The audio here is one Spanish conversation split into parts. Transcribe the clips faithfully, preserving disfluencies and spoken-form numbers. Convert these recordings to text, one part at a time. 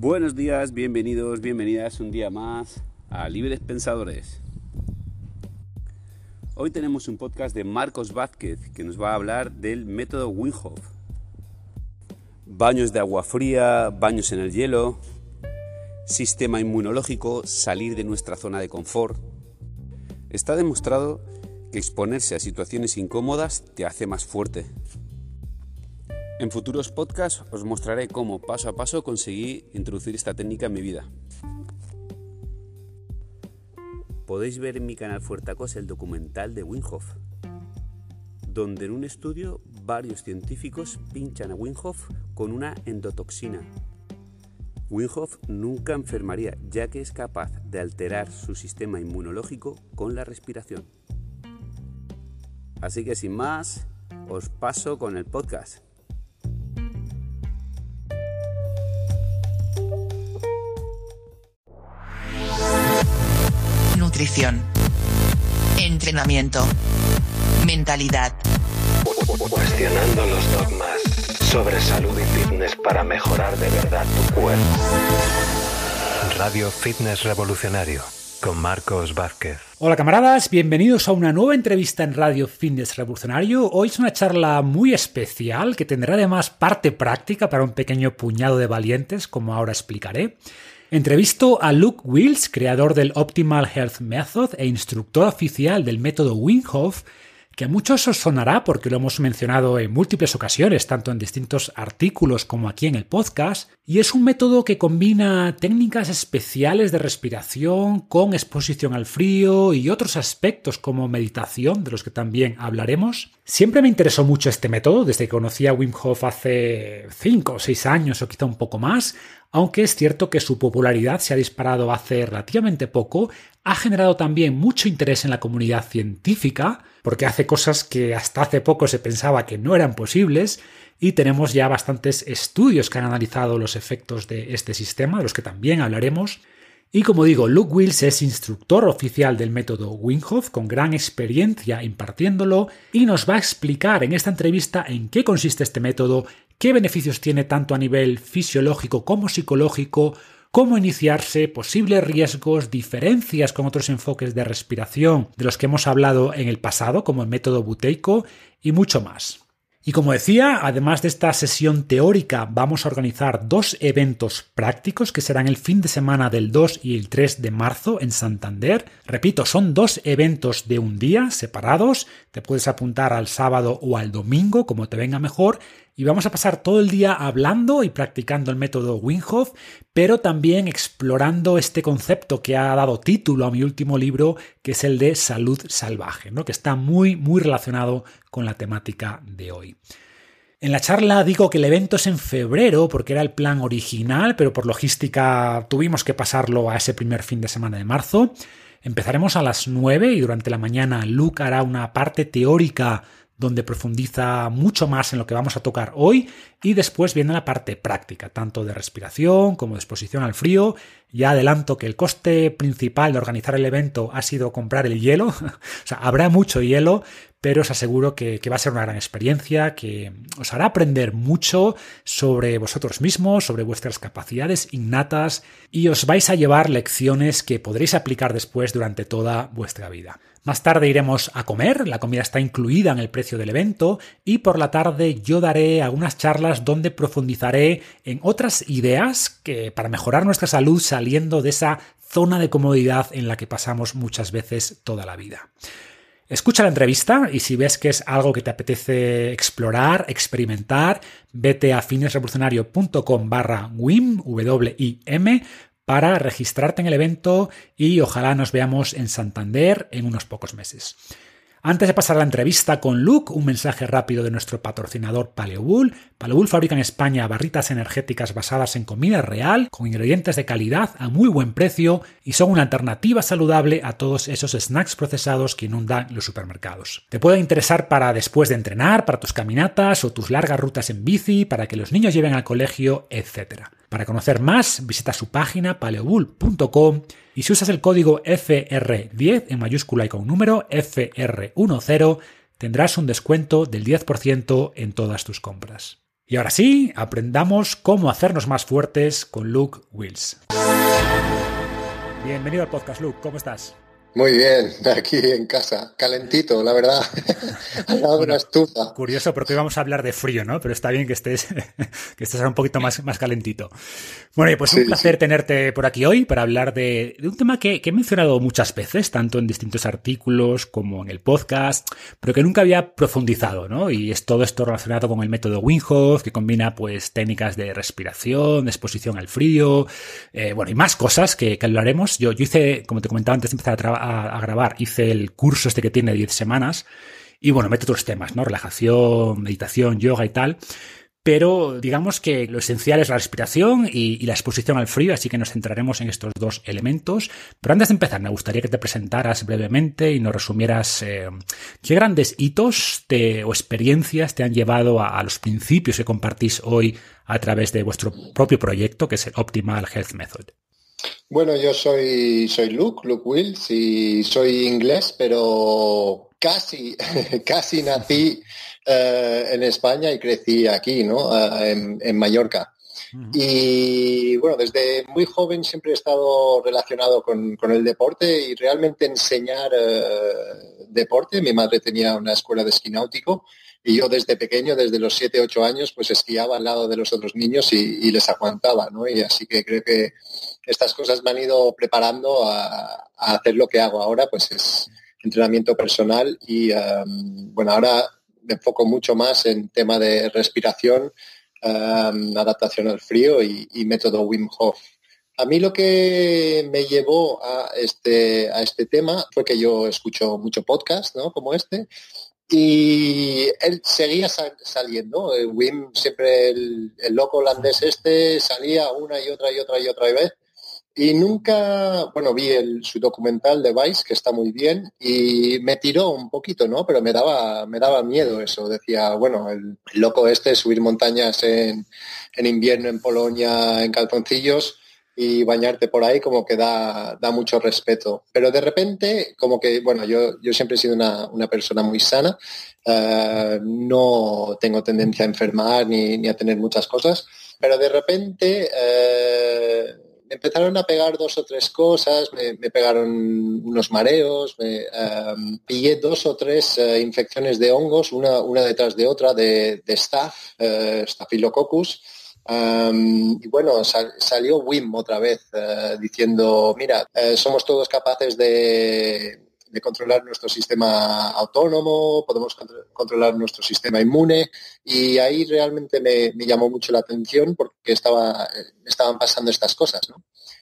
Buenos días, bienvenidos, bienvenidas un día más a Libres Pensadores. Hoy tenemos un podcast de Marcos Vázquez que nos va a hablar del método Wim Hof. Baños de agua fría, baños en el hielo, sistema inmunológico, salir de nuestra zona de confort. Está demostrado que exponerse a situaciones incómodas te hace más fuerte. En futuros podcasts os mostraré cómo paso a paso conseguí introducir esta técnica en mi vida. Podéis ver en mi canal Fuertacos el documental de Wim Hof, donde en un estudio varios científicos pinchan a Wim Hof con una endotoxina. Wim Hof nunca enfermaría, ya que es capaz de alterar su sistema inmunológico con la respiración. Así que sin más, os paso con el podcast. Nutrición, entrenamiento, mentalidad. Cuestionando los dogmas sobre salud y fitness para mejorar de verdad tu cuerpo. Radio Fitness Revolucionario con Marcos Vázquez. Hola camaradas, bienvenidos a una nueva entrevista en Radio Fitness Revolucionario. Hoy es una charla muy especial que tendrá además parte práctica para un pequeño puñado de valientes, como ahora explicaré. Entrevisto a Luke Wills, creador del Optimal Health Method e instructor oficial del método Wim Hof, que a muchos os sonará porque lo hemos mencionado en múltiples ocasiones, tanto en distintos artículos como aquí en el podcast, y es un método que combina técnicas especiales de respiración con exposición al frío y otros aspectos como meditación, de los que también hablaremos. Siempre me interesó mucho este método, desde que conocí a Wim Hof hace cinco o seis años o quizá un poco más, aunque es cierto que su popularidad se ha disparado hace relativamente poco, ha generado también mucho interés en la comunidad científica, porque hace cosas que hasta hace poco se pensaba que no eran posibles, y tenemos ya bastantes estudios que han analizado los efectos de este sistema, de los que también hablaremos. Y como digo, Luke Wills es instructor oficial del método Wim Hof, con gran experiencia impartiéndolo, y nos va a explicar en esta entrevista en qué consiste este método, qué beneficios tiene tanto a nivel fisiológico como psicológico, cómo iniciarse, posibles riesgos, diferencias con otros enfoques de respiración de los que hemos hablado en el pasado, como el método buteico, y mucho más. Y como decía, además de esta sesión teórica, vamos a organizar dos eventos prácticos que serán el fin de semana del dos y el tres de marzo en Santander. Repito, son dos eventos de un día separados. Te puedes apuntar al sábado o al domingo, como te venga mejor. Y vamos a pasar todo el día hablando y practicando el método Wim Hof, pero también explorando este concepto que ha dado título a mi último libro, que es el de salud salvaje, ¿no? Que está muy, muy relacionado con la temática de hoy. En la charla digo que el evento es en febrero porque era el plan original, pero por logística tuvimos que pasarlo a ese primer fin de semana de marzo. Empezaremos a las nueve y durante la mañana Luke hará una parte teórica donde profundiza mucho más en lo que vamos a tocar hoy, y después viene la parte práctica, tanto de respiración como de exposición al frío. Ya adelanto que el coste principal de organizar el evento ha sido comprar el hielo, o sea, habrá mucho hielo, pero os aseguro que, que va a ser una gran experiencia, que os hará aprender mucho sobre vosotros mismos, sobre vuestras capacidades innatas, y os vais a llevar lecciones que podréis aplicar después durante toda vuestra vida. Más tarde iremos a comer, la comida está incluida en el precio del evento, y por la tarde yo daré algunas charlas donde profundizaré en otras ideas que para mejorar nuestra salud saliendo de esa zona de comodidad en la que pasamos muchas veces toda la vida. Escucha la entrevista y si ves que es algo que te apetece explorar, experimentar, vete a fitnessrevolucionario.com barra Wim, W I M, para registrarte en el evento y ojalá nos veamos en Santander en unos pocos meses. Antes de pasar a la entrevista con Luke, un mensaje rápido de nuestro patrocinador Paleobull. Paleobull fabrica en España barritas energéticas basadas en comida real, con ingredientes de calidad a muy buen precio y son una alternativa saludable a todos esos snacks procesados que inundan los supermercados. Te puede interesar para después de entrenar, para tus caminatas o tus largas rutas en bici, para que los niños lleven al colegio, etcétera. Para conocer más, visita su página paleobull punto com y si usas el código F R diez en mayúscula y con número F R diez, tendrás un descuento del diez por ciento en todas tus compras. Y ahora sí, aprendamos cómo hacernos más fuertes con Luke Wills. Bienvenido al podcast, Luke. ¿Cómo estás? Muy bien, aquí en casa, calentito, la verdad, al lado de una estufa. Curioso, porque hoy vamos a hablar de frío, ¿no? Pero está bien que estés, que estés un poquito más, más calentito. Bueno, y pues sí, un placer sí. tenerte por aquí hoy para hablar de, de un tema que, que he mencionado muchas veces, tanto en distintos artículos como en el podcast, pero que nunca había profundizado, ¿no? Y es todo esto relacionado con el método Wim Hof, que combina pues técnicas de respiración, de exposición al frío, eh, bueno, y más cosas que, que hablaremos. Yo, yo hice, como te comentaba antes de empezar a trabajar, A, a grabar, hice el curso este que tiene diez semanas y bueno, mete otros temas, ¿no? Relajación, meditación, yoga y tal, pero digamos que lo esencial es la respiración y, y la exposición al frío, así que nos centraremos en estos dos elementos. Pero antes de empezar, me gustaría que te presentaras brevemente y nos resumieras eh, qué grandes hitos te, o experiencias te han llevado a, a los principios que compartís hoy a través de vuestro propio proyecto, que es el Optimal Health Method. Bueno, yo soy, soy Luke, Luke Wills, y soy inglés, pero casi, casi nací uh, en España y crecí aquí, ¿no? Uh, en, en Mallorca. Uh-huh. Y bueno, desde muy joven siempre he estado relacionado con, con el deporte y realmente enseñar uh, deporte. Mi madre tenía una escuela de esquí náutico y yo desde pequeño, desde los siete, ocho años, pues esquiaba al lado de los otros niños y, y les aguantaba, ¿no? Y así que creo que estas cosas me han ido preparando a, a hacer lo que hago ahora, pues es entrenamiento personal y, um, bueno, ahora me enfoco mucho más en tema de respiración, um, adaptación al frío y, y método Wim Hof. A mí lo que me llevó a este, a este tema fue que yo escucho mucho podcast, ¿no? Como este. Y él seguía sal- saliendo, el Wim, siempre el, el loco holandés este, salía una y otra y otra y otra vez. Y nunca, bueno, vi el, su documental de Vice, que está muy bien, y me tiró un poquito, ¿no? Pero me daba, me daba miedo eso. Decía, bueno, el, el loco este, subir montañas en, en invierno en Polonia en calzoncillos y bañarte por ahí como que da, da mucho respeto. Pero de repente, como que, bueno, yo, yo siempre he sido una, una persona muy sana, uh, no tengo tendencia a enfermar ni, ni a tener muchas cosas, pero de repente uh, me empezaron a pegar dos o tres cosas, me, me pegaron unos mareos, me uh, pillé dos o tres uh, infecciones de hongos, una, una detrás de otra, de, de staph, uh, Staphylococcus. Um, y bueno, sal, salió Wim otra vez uh, diciendo, mira, uh, somos todos capaces de, de controlar nuestro sistema autónomo, podemos contro- controlar nuestro sistema inmune, y ahí realmente me, me llamó mucho la atención porque estaba, estaban pasando estas cosas, ¿no?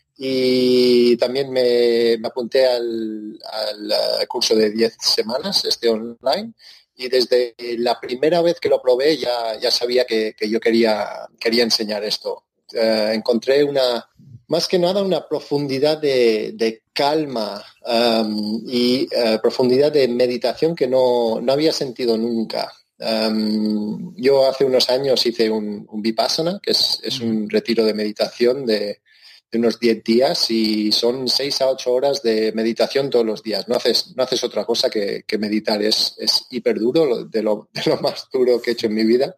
Y también me, me apunté al, al curso de diez semanas, este online. Y desde la primera vez que lo probé ya, ya sabía que, que yo quería, quería enseñar esto. Uh, encontré una, más que nada una profundidad de, de calma um, y uh, profundidad de meditación que no, no había sentido nunca. Um, yo hace unos años hice un, un Vipassana, que es, es un retiro de meditación de, de unos diez días y son seis a ocho horas de meditación todos los días. No haces, no haces otra cosa que, que meditar. Es, es hiper duro, de lo, de lo más duro que he hecho en mi vida.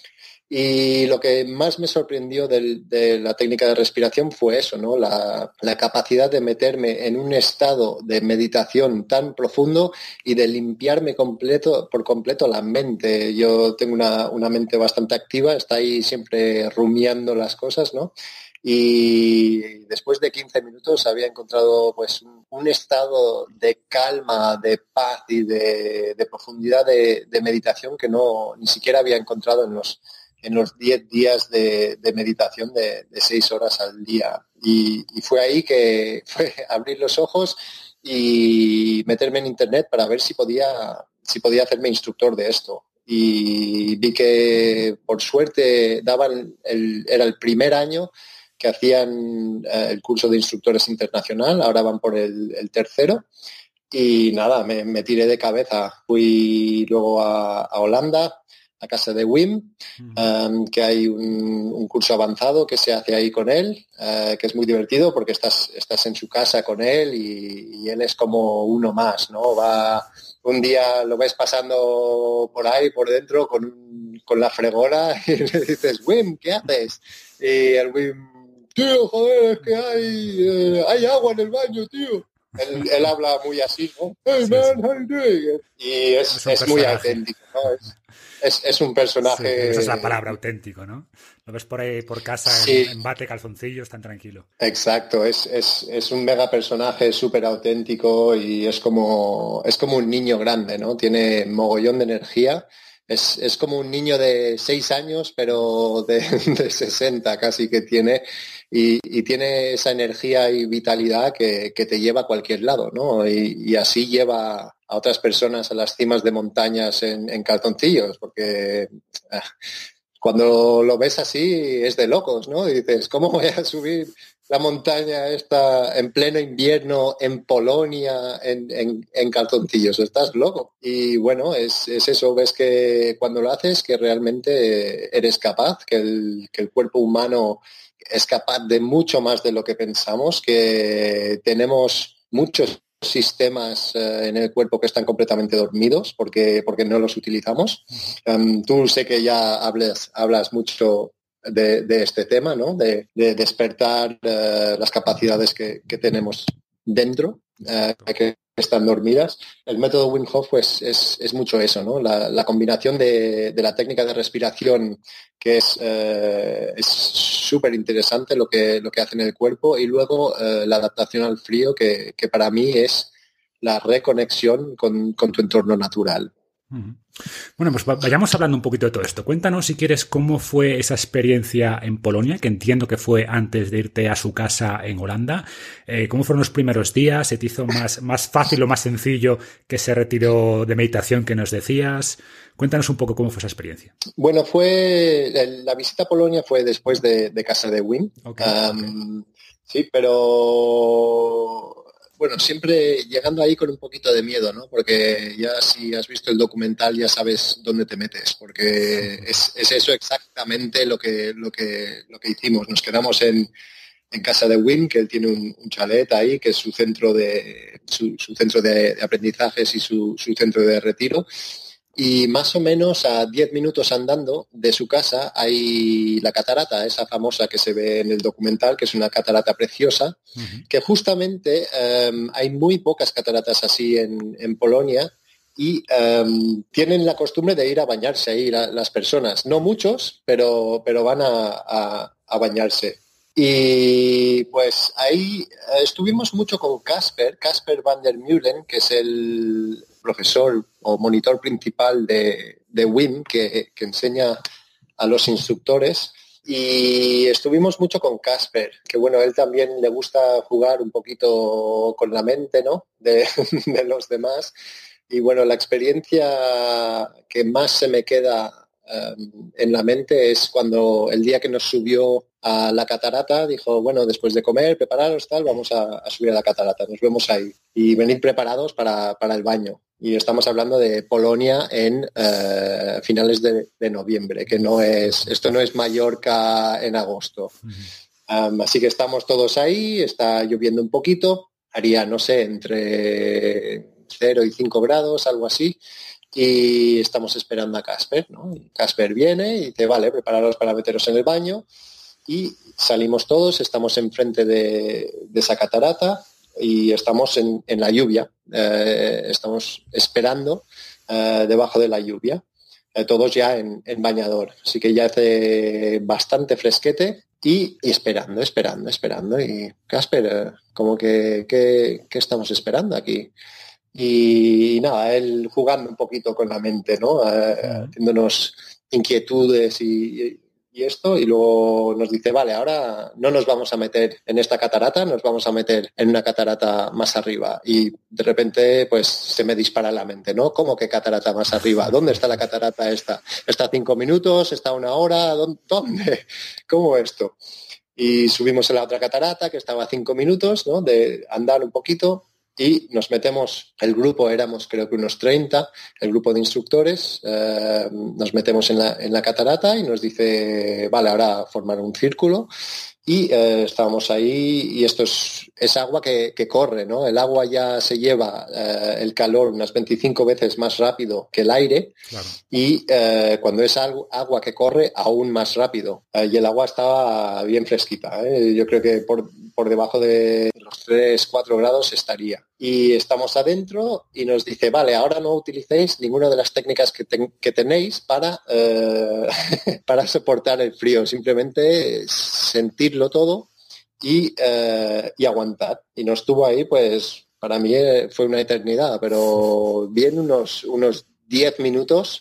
Y lo que más me sorprendió del, de la técnica de respiración fue eso, ¿no? La, la capacidad de meterme en un estado de meditación tan profundo y de limpiarme completo, por completo la mente. Yo tengo una, una mente bastante activa, está ahí siempre rumiando las cosas, ¿no? Y después de quince minutos había encontrado pues un, un estado de calma, de paz y de, de profundidad de, de meditación que no ni siquiera había encontrado en los en los diez días de, de meditación de, de seis horas al día. Y, y fue ahí que fue abrir los ojos y meterme en internet para ver si podía si podía hacerme instructor de esto. Y vi que por suerte daban el, era el primer año que hacían eh, el curso de instructores internacional, ahora van por el, el tercero, y nada, me, me tiré de cabeza. Fui luego a, a Holanda, a casa de Wim, uh-huh. um, que hay un, un curso avanzado que se hace ahí con él, uh, que es muy divertido porque estás, estás en su casa con él y, y él es como uno más, ¿no? Va... Un día lo ves pasando por ahí, por dentro, con un con la fregona y le dices, Wim, ¿qué haces? Y el Wim, tío, joder, es que hay, eh, hay agua en el baño, tío. Él, él habla muy así, ¿no? Hey, man, how you doing? Y es, es, es muy auténtico, ¿no? Es, es, es un personaje... Sí, esa es la palabra, auténtico, ¿no? Lo ves por ahí, por casa, sí. en, en bate, calzoncillos, tan tranquilo. Exacto, es, es, es un mega personaje súper auténtico y es como, es como un niño grande, ¿no? Tiene mogollón de energía. Es, es como un niño de seis años, pero de, de sesenta casi que tiene, y, y tiene esa energía y vitalidad que, que te lleva a cualquier lado, ¿no? Y, y así lleva a otras personas a las cimas de montañas en, en calzoncillos, porque ah, cuando lo ves así es de locos, ¿no? Y dices, ¿cómo voy a subir la montaña esta en pleno invierno en Polonia en, en, en calzoncillos? Estás loco. Y bueno, es, es eso, ves que cuando lo haces que realmente eres capaz, que el, que el cuerpo humano es capaz de mucho más de lo que pensamos, que tenemos muchos sistemas eh, en el cuerpo que están completamente dormidos porque, porque no los utilizamos. Um, tú sé que ya hablas, hablas mucho De, de este tema, ¿no? De, de despertar uh, las capacidades que, que tenemos dentro, uh, que están dormidas. El método Wim Hof pues, es, es mucho eso, ¿no? La, la combinación de, de la técnica de respiración, que es uh, es súper interesante lo que, lo que hace en el cuerpo, y luego uh, la adaptación al frío, que, que para mí es la reconexión con, con tu entorno natural. Uh-huh. Bueno, pues vayamos hablando un poquito de todo esto. Cuéntanos, si quieres, cómo fue esa experiencia en Polonia, que entiendo que fue antes de irte a su casa en Holanda. Eh, ¿Cómo fueron los primeros días? ¿Se te hizo más, más fácil o más sencillo que ese retiro de meditación que nos decías? Cuéntanos un poco cómo fue esa experiencia. Bueno, fue la visita a Polonia fue después de, de casa de Wim. Okay, um, okay. Sí, pero... Bueno, siempre llegando ahí con un poquito de miedo, ¿no? Porque ya si has visto el documental ya sabes dónde te metes, porque es, es eso exactamente lo que, lo que, lo que hicimos. Nos quedamos en, en casa de Wim, que él tiene un, un chalet ahí, que es su centro de, su, su centro de, de aprendizajes y su, su centro de retiro. Y más o menos a diez minutos andando de su casa hay la catarata, esa famosa que se ve en el documental, que es una catarata preciosa, uh-huh. que justamente um, hay muy pocas cataratas así en, en Polonia, y um, tienen la costumbre de ir a bañarse ahí la, las personas. No muchos, pero, pero van a, a, a bañarse. Y pues ahí estuvimos mucho con Casper, Casper van der Meulen, que es el profesor o monitor principal de, de Wim, que, que enseña a los instructores. Y estuvimos mucho con Casper, que bueno, él también le gusta jugar un poquito con la mente, ¿no? de, de los demás. Y bueno, la experiencia que más se me queda Um, en la mente es cuando el día que nos subió a la catarata dijo, bueno, después de comer, prepararos, tal, vamos a, a subir a la catarata, nos vemos ahí y venid preparados para, para el baño. Y estamos hablando de Polonia en uh, finales de, de noviembre, que no es, esto no es Mallorca en agosto. Um, así que estamos todos ahí, está lloviendo un poquito, haría, no sé, entre cero y cinco grados, algo así. Y estamos esperando a Casper, ¿no? Casper viene y dice, vale, prepararos para meteros en el baño. Y salimos todos, estamos enfrente de, de esa catarata y estamos en, en la lluvia. Eh, estamos esperando eh, debajo de la lluvia. Eh, todos ya en, en bañador. Así que ya hace bastante fresquete y, y esperando, esperando, esperando. Y Casper, eh, como que, ¿qué estamos esperando aquí? Y, y nada, él jugando un poquito con la mente, ¿no? Eh, uh-huh. Haciéndonos inquietudes y, y esto, y luego nos dice, vale, ahora no nos vamos a meter en esta catarata, nos vamos a meter en una catarata más arriba. Y de repente, pues, se me dispara la mente, ¿no? ¿Cómo que catarata más arriba? ¿Dónde está la catarata esta? ¿Está cinco minutos? ¿Está una hora? ¿Dónde? ¿Cómo esto? Y subimos a la otra catarata, que estaba a cinco minutos, ¿no? De andar un poquito. Y nos metemos, el grupo éramos creo que unos treinta, el grupo de instructores, eh, nos metemos en la, en la catarata y nos dice, vale, ahora formar un círculo. Y eh, estábamos ahí y esto es es agua que, que corre, ¿no? El agua ya se lleva eh, el calor unas veinticinco veces más rápido que el aire, claro. Y eh, cuando es agua que corre, aún más rápido. Eh, y el agua estaba bien fresquita, ¿eh? Yo creo que por, por debajo de los tres, cuatro grados estaría. Y estamos adentro y nos dice, vale, ahora no utilicéis ninguna de las técnicas que, ten, que tenéis para, eh, para soportar el frío, simplemente sentirlo todo y, eh, y aguantar. Y nos tuvo ahí, pues, para mí fue una eternidad, pero bien unos, unos diez minutos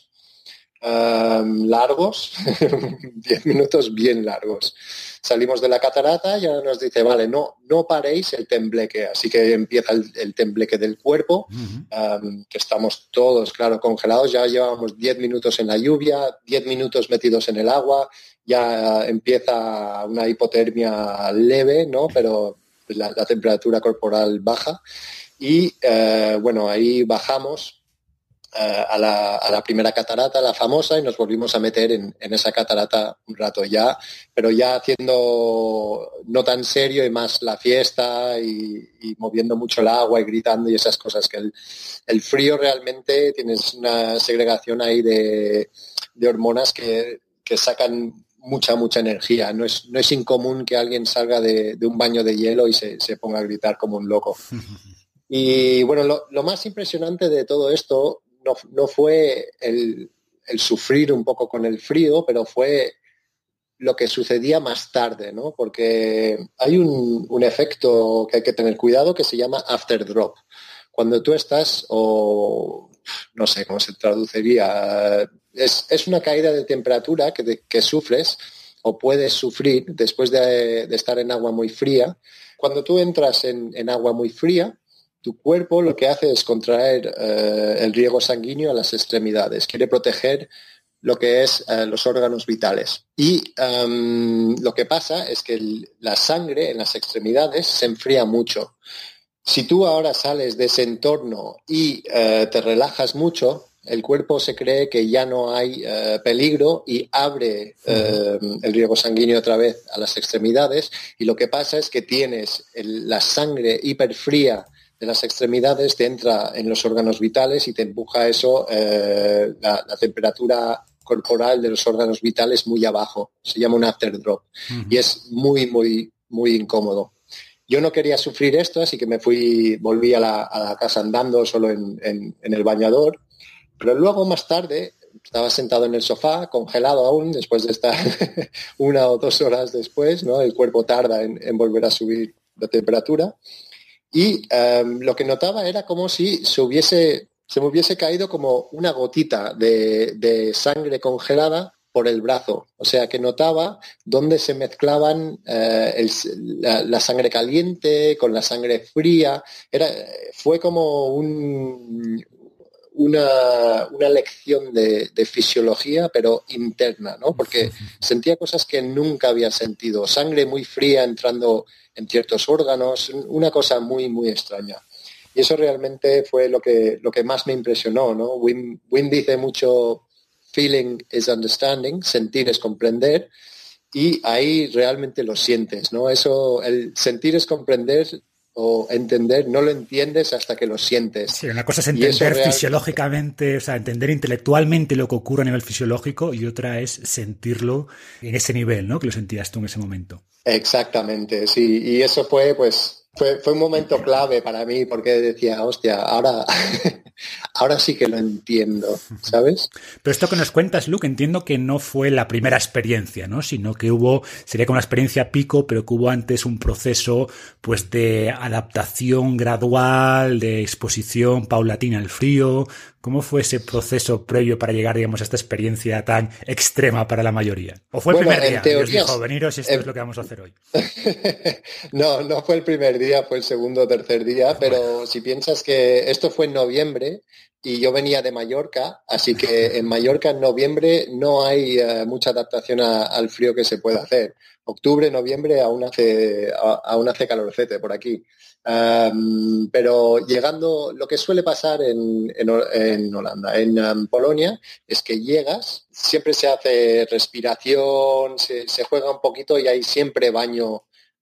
um, largos, diez minutos bien largos. Salimos de la catarata y ahora nos dice, vale, no, no paréis el tembleque. Así que empieza el, el tembleque del cuerpo, uh-huh. um, que estamos todos, claro, congelados. Ya llevábamos diez minutos en la lluvia, diez minutos metidos en el agua. Ya empieza una hipotermia leve, ¿no? Pero la, la temperatura corporal baja. Y, uh, bueno, ahí bajamos a la, a la primera catarata, la famosa, y nos volvimos a meter en, en esa catarata un rato ya, pero ya haciendo no tan serio y más la fiesta y, y moviendo mucho el agua y gritando y esas cosas, que el, el frío realmente tienes una segregación ahí de, de hormonas que, que sacan mucha, mucha energía. No es, no es incomún que alguien salga de, de un baño de hielo y se, se ponga a gritar como un loco. Y bueno, lo, lo más impresionante de todo esto No, no fue el, el sufrir un poco con el frío, pero fue lo que sucedía más tarde, ¿no? Porque hay un, un efecto que hay que tener cuidado que se llama after drop. Cuando tú estás, o no sé cómo se traduciría, es, es una caída de temperatura que, de, que sufres o puedes sufrir después de, de estar en agua muy fría. Cuando tú entras en, en agua muy fría, tu cuerpo lo que hace es contraer eh, el riego sanguíneo a las extremidades. Quiere proteger lo que es eh, los órganos vitales. Y um, lo que pasa es que el, la sangre en las extremidades se enfría mucho. Si tú ahora sales de ese entorno y eh, te relajas mucho, el cuerpo se cree que ya no hay eh, peligro y abre eh, el riego sanguíneo otra vez a las extremidades. Y lo que pasa es que tienes el, la sangre hiperfría de las extremidades, te entra en los órganos vitales y te empuja eso, eh, la, la temperatura corporal de los órganos vitales muy abajo. Se llama un after drop. Uh-huh. Y es muy, muy, muy incómodo. Yo no quería sufrir esto, así que me fui, volví a la, a la casa andando solo en, en, en el bañador. Pero luego, más tarde, estaba sentado en el sofá, congelado aún, después de estar una o dos horas después, ¿no? El cuerpo tarda en, en volver a subir la temperatura. Y um, lo que notaba era como si se, hubiese, se me hubiese caído como una gotita de, de sangre congelada por el brazo. O sea, que notaba dónde se mezclaban eh, el, la, la sangre caliente con la sangre fría. Era, fue como un, una, una lección de, de fisiología, pero interna, ¿no? Porque sentía cosas que nunca había sentido. Sangre muy fría entrando en ciertos órganos, una cosa muy, muy extraña. Y eso realmente fue lo que, lo que más me impresionó, ¿no? Wim, Wim dice mucho, feeling is understanding, sentir es comprender, y ahí realmente lo sientes, ¿no? Eso, el sentir es comprender o entender, no lo entiendes hasta que lo sientes. Sí, una cosa es entender real... fisiológicamente, o sea, entender intelectualmente lo que ocurre a nivel fisiológico, y otra es sentirlo en ese nivel, ¿no? Que lo sentías tú en ese momento. Exactamente, sí. Y eso fue, pues, fue, fue un momento clave para mí, porque decía, hostia, ahora, ahora sí que lo entiendo, ¿sabes? Pero esto que nos cuentas, Luke, entiendo que no fue la primera experiencia, ¿no? Sino que hubo, sería como una experiencia pico, pero que hubo antes un proceso, pues, de adaptación gradual, de exposición paulatina al frío. ¿Cómo fue ese proceso previo para llegar, digamos, a esta experiencia tan extrema para la mayoría? ¿O fue el bueno, primer día? Teorías, Dios dijo, veniros, esto eh, es lo que vamos a hacer hoy. no, no fue el primer día, fue el segundo o tercer día, pero bueno, si piensas que esto fue en noviembre y yo venía de Mallorca, así que en Mallorca en noviembre no hay uh, mucha adaptación a, al frío que se puede hacer. Octubre, noviembre aún hace, a, aún hace calorcete por aquí. Um, pero llegando, lo que suele pasar en, en, en Holanda, en um, Polonia, es que llegas, siempre se hace respiración, se, se juega un poquito y hay siempre baño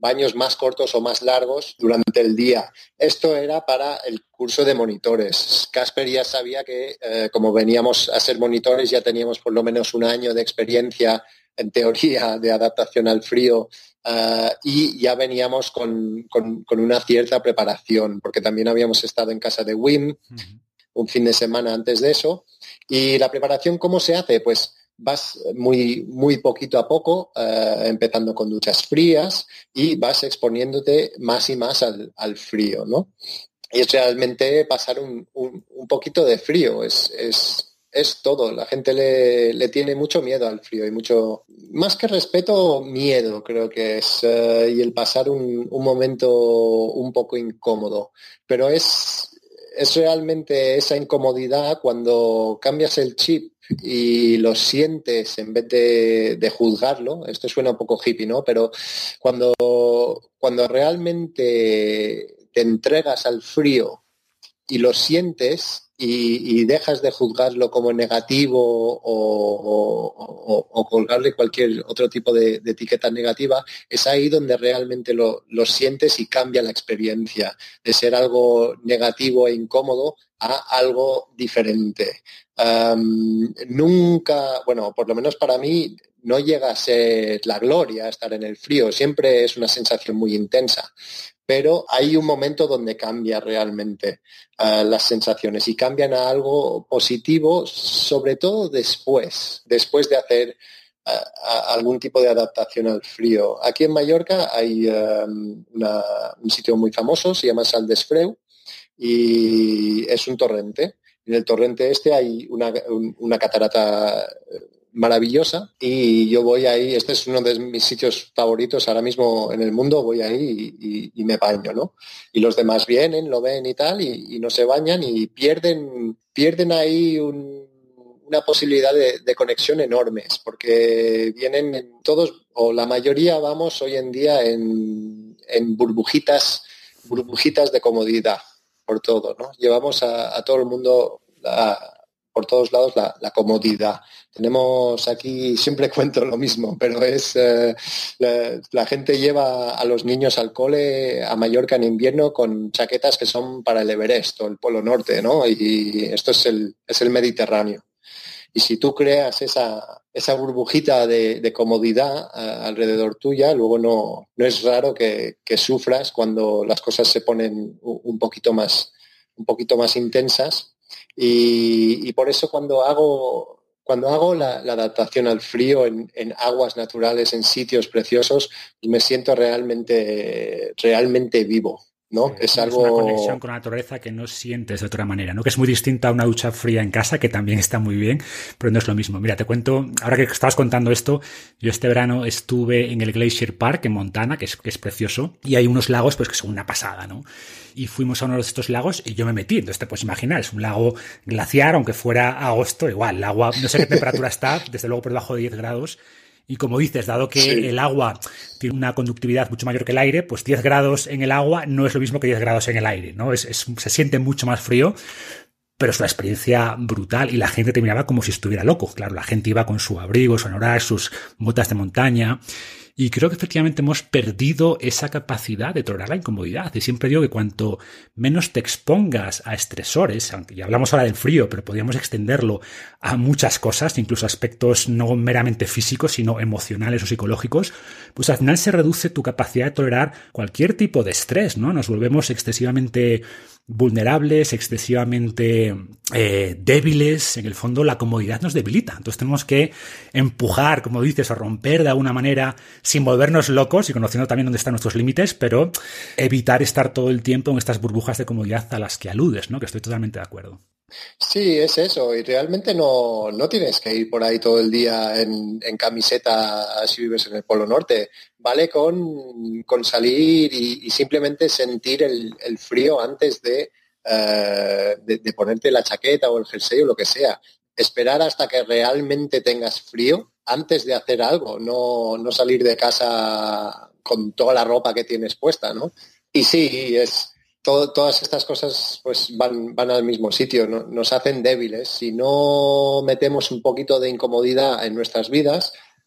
baños más cortos o más largos durante el día. Esto era para el curso de monitores. Casper ya sabía que, eh, como veníamos a ser monitores, ya teníamos por lo menos un año de experiencia en teoría de adaptación al frío, uh, y ya veníamos con, con, con una cierta preparación, porque también habíamos estado en casa de Wim uh-huh. un fin de semana antes de eso. Y la preparación, ¿cómo se hace? Pues vas muy, muy poquito a poco, uh, empezando con duchas frías y vas exponiéndote más y más al, al frío, ¿no? Y es realmente pasar un, un, un poquito de frío, es... es Es todo, la gente le, le tiene mucho miedo al frío y mucho, más que respeto, miedo creo que es, uh, y el pasar un, un momento un poco incómodo, pero es, es realmente esa incomodidad cuando cambias el chip y lo sientes en vez de, de juzgarlo. Esto suena un poco hippie, ¿no? Pero cuando, cuando realmente te entregas al frío y lo sientes y, y dejas de juzgarlo como negativo o, o, o, o colgarle cualquier otro tipo de, de etiqueta negativa, es ahí donde realmente lo, lo sientes y cambia la experiencia de ser algo negativo e incómodo a algo diferente. Um, nunca, bueno, por lo menos para mí, no llega a ser la gloria estar en el frío, siempre es una sensación muy intensa. Pero hay un momento donde cambia realmente uh, las sensaciones y cambian a algo positivo, sobre todo después, después de hacer uh, a, algún tipo de adaptación al frío. Aquí en Mallorca hay um, una, un sitio muy famoso, se llama Sal d'Esfreu, y es un torrente. En el torrente este hay una, un, una catarata maravillosa y yo voy ahí, este es uno de mis sitios favoritos ahora mismo en el mundo, voy ahí y, y, y me baño, ¿no? Y los demás vienen, lo ven y tal y, y no se bañan y pierden, pierden ahí un, una posibilidad de, de conexión enormes porque vienen en todos, o la mayoría vamos hoy en día en, en burbujitas, burbujitas de comodidad por todo, ¿no? Llevamos a, a todo el mundo a, por todos lados la, la comodidad. Tenemos aquí, siempre cuento lo mismo, pero es eh, la, la gente lleva a los niños al cole a Mallorca en invierno con chaquetas que son para el Everest o el Polo Norte, ¿no? Y esto es el, es el Mediterráneo. Y si tú creas esa, esa burbujita de, de comodidad uh, alrededor tuya, luego no, no es raro que, que sufras cuando las cosas se ponen un poquito más, un poquito más intensas. Y, y por eso cuando hago, cuando hago la, la adaptación al frío en, en aguas naturales, en sitios preciosos, me siento realmente, realmente vivo, ¿no? Sí, es, es algo... una conexión con la naturaleza que no sientes de otra manera, ¿no? Que es muy distinta a una ducha fría en casa, que también está muy bien, pero no es lo mismo. Mira, te cuento, ahora que estabas contando esto, yo este verano estuve en el Glacier Park en Montana, que es, que es precioso, y hay unos lagos pues que son una pasada, ¿no? Y fuimos a uno de estos lagos y yo me metí. Entonces te puedes imaginar, es un lago glaciar, aunque fuera agosto, igual, el agua, no sé qué temperatura está, desde luego por debajo de diez grados. Y como dices, dado que sí. el agua tiene una conductividad mucho mayor que el aire, pues diez grados en el agua no es lo mismo que diez grados en el aire, ¿no? Es, es, se siente mucho más frío, pero es una experiencia brutal y la gente te miraba como si estuviera loco. Claro, la gente iba con su abrigo, su anorak, sus botas de montaña. Y creo que efectivamente hemos perdido esa capacidad de tolerar la incomodidad. Y siempre digo que cuanto menos te expongas a estresores, aunque ya hablamos ahora del frío, pero podríamos extenderlo a muchas cosas, incluso aspectos no meramente físicos, sino emocionales o psicológicos, pues al final se reduce tu capacidad de tolerar cualquier tipo de estrés, ¿no? Nos volvemos excesivamente vulnerables, excesivamente eh, débiles. En el fondo la comodidad nos debilita, entonces tenemos que empujar, como dices, o romper de alguna manera sin volvernos locos y conociendo también dónde están nuestros límites, pero evitar estar todo el tiempo en estas burbujas de comodidad a las que aludes, ¿no? Que estoy totalmente de acuerdo. Sí, es eso, y realmente no, no tienes que ir por ahí todo el día en, en camiseta si vives en el Polo Norte. Vale con, con salir y, y simplemente sentir el, el frío antes de, uh, de, de ponerte la chaqueta o el jersey o lo que sea. Esperar hasta que realmente tengas frío antes de hacer algo, no, no salir de casa con toda la ropa que tienes puesta, ¿no? Y sí, es... Todo, todas estas cosas pues van, van al mismo sitio, ¿no? Nos hacen débiles. Si no metemos un poquito de incomodidad en nuestras vidas,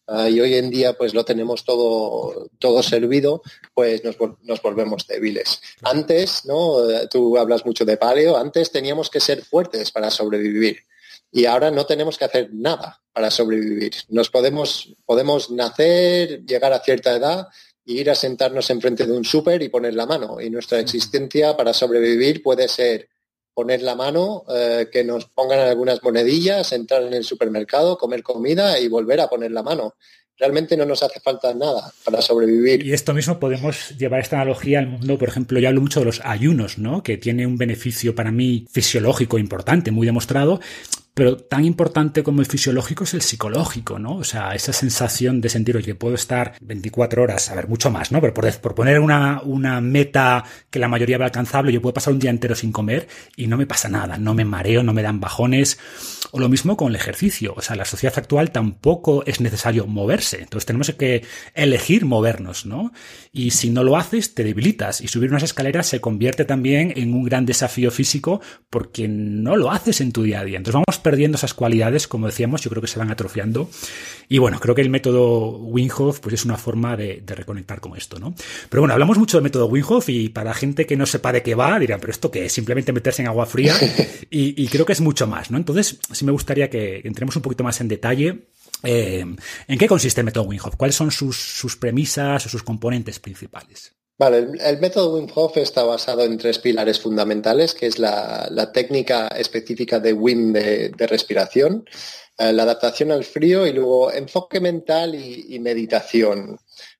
uh, y hoy en día pues lo tenemos todo, todo servido, pues nos, nos volvemos débiles. Antes, ¿no? Tú hablas mucho de paleo, antes teníamos que ser fuertes para sobrevivir. Y ahora no tenemos que hacer nada para sobrevivir. Nos podemos, podemos nacer, llegar a cierta edad e ir a sentarnos enfrente de un súper y poner la mano. Y nuestra existencia para sobrevivir puede ser poner la mano, eh, que nos pongan algunas monedillas, entrar en el supermercado, comer comida y volver a poner la mano. Realmente no nos hace falta nada para sobrevivir. Y esto mismo podemos llevar esta analogía al mundo. Por ejemplo, yo hablo mucho de los ayunos, ¿no? Que tiene un beneficio para mí fisiológico importante, muy demostrado, pero tan importante como el fisiológico es el psicológico, ¿no? O sea, esa sensación de sentir, oye, puedo estar veinticuatro horas, a ver, mucho más, ¿no? Pero por, por poner una, una meta que la mayoría ve alcanzable, yo puedo pasar un día entero sin comer y no me pasa nada, no me mareo, no me dan bajones. O lo mismo con el ejercicio. O sea, en la sociedad actual tampoco es necesario moverse. Entonces tenemos que elegir movernos, ¿no? Y si no lo haces, te debilitas. Y subir unas escaleras se convierte también en un gran desafío físico porque no lo haces en tu día a día. Entonces vamos perdiendo esas cualidades, como decíamos, yo creo que se van atrofiando. Y bueno, creo que el método Wim Hof pues es una forma de, de reconectar con esto, ¿no? Pero bueno, hablamos mucho del método Wim Hof y para la gente que no sepa de qué va, dirán, ¿pero esto qué es? Simplemente meterse en agua fría. y, y creo que es mucho más, ¿no? Entonces, sí me gustaría que entremos un poquito más en detalle. Eh, ¿En qué consiste el método Wim Hof? ¿Cuáles son sus, sus premisas o sus componentes principales? Vale, el, el método Wim Hof está basado en tres pilares fundamentales, que es la, la técnica específica de Wim de, de respiración, eh, la adaptación al frío y luego enfoque mental y, y meditación.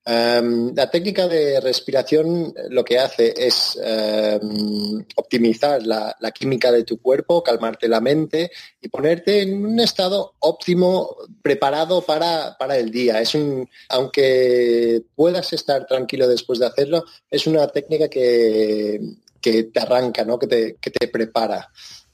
Um, la técnica de respiración lo que hace es um, optimizar la, la química de tu cuerpo, calmarte la mente y ponerte en un estado óptimo, preparado para, para el día. Es un, aunque puedas estar tranquilo después de hacerlo, es una técnica que, que te arranca, ¿no? que, te, que te prepara.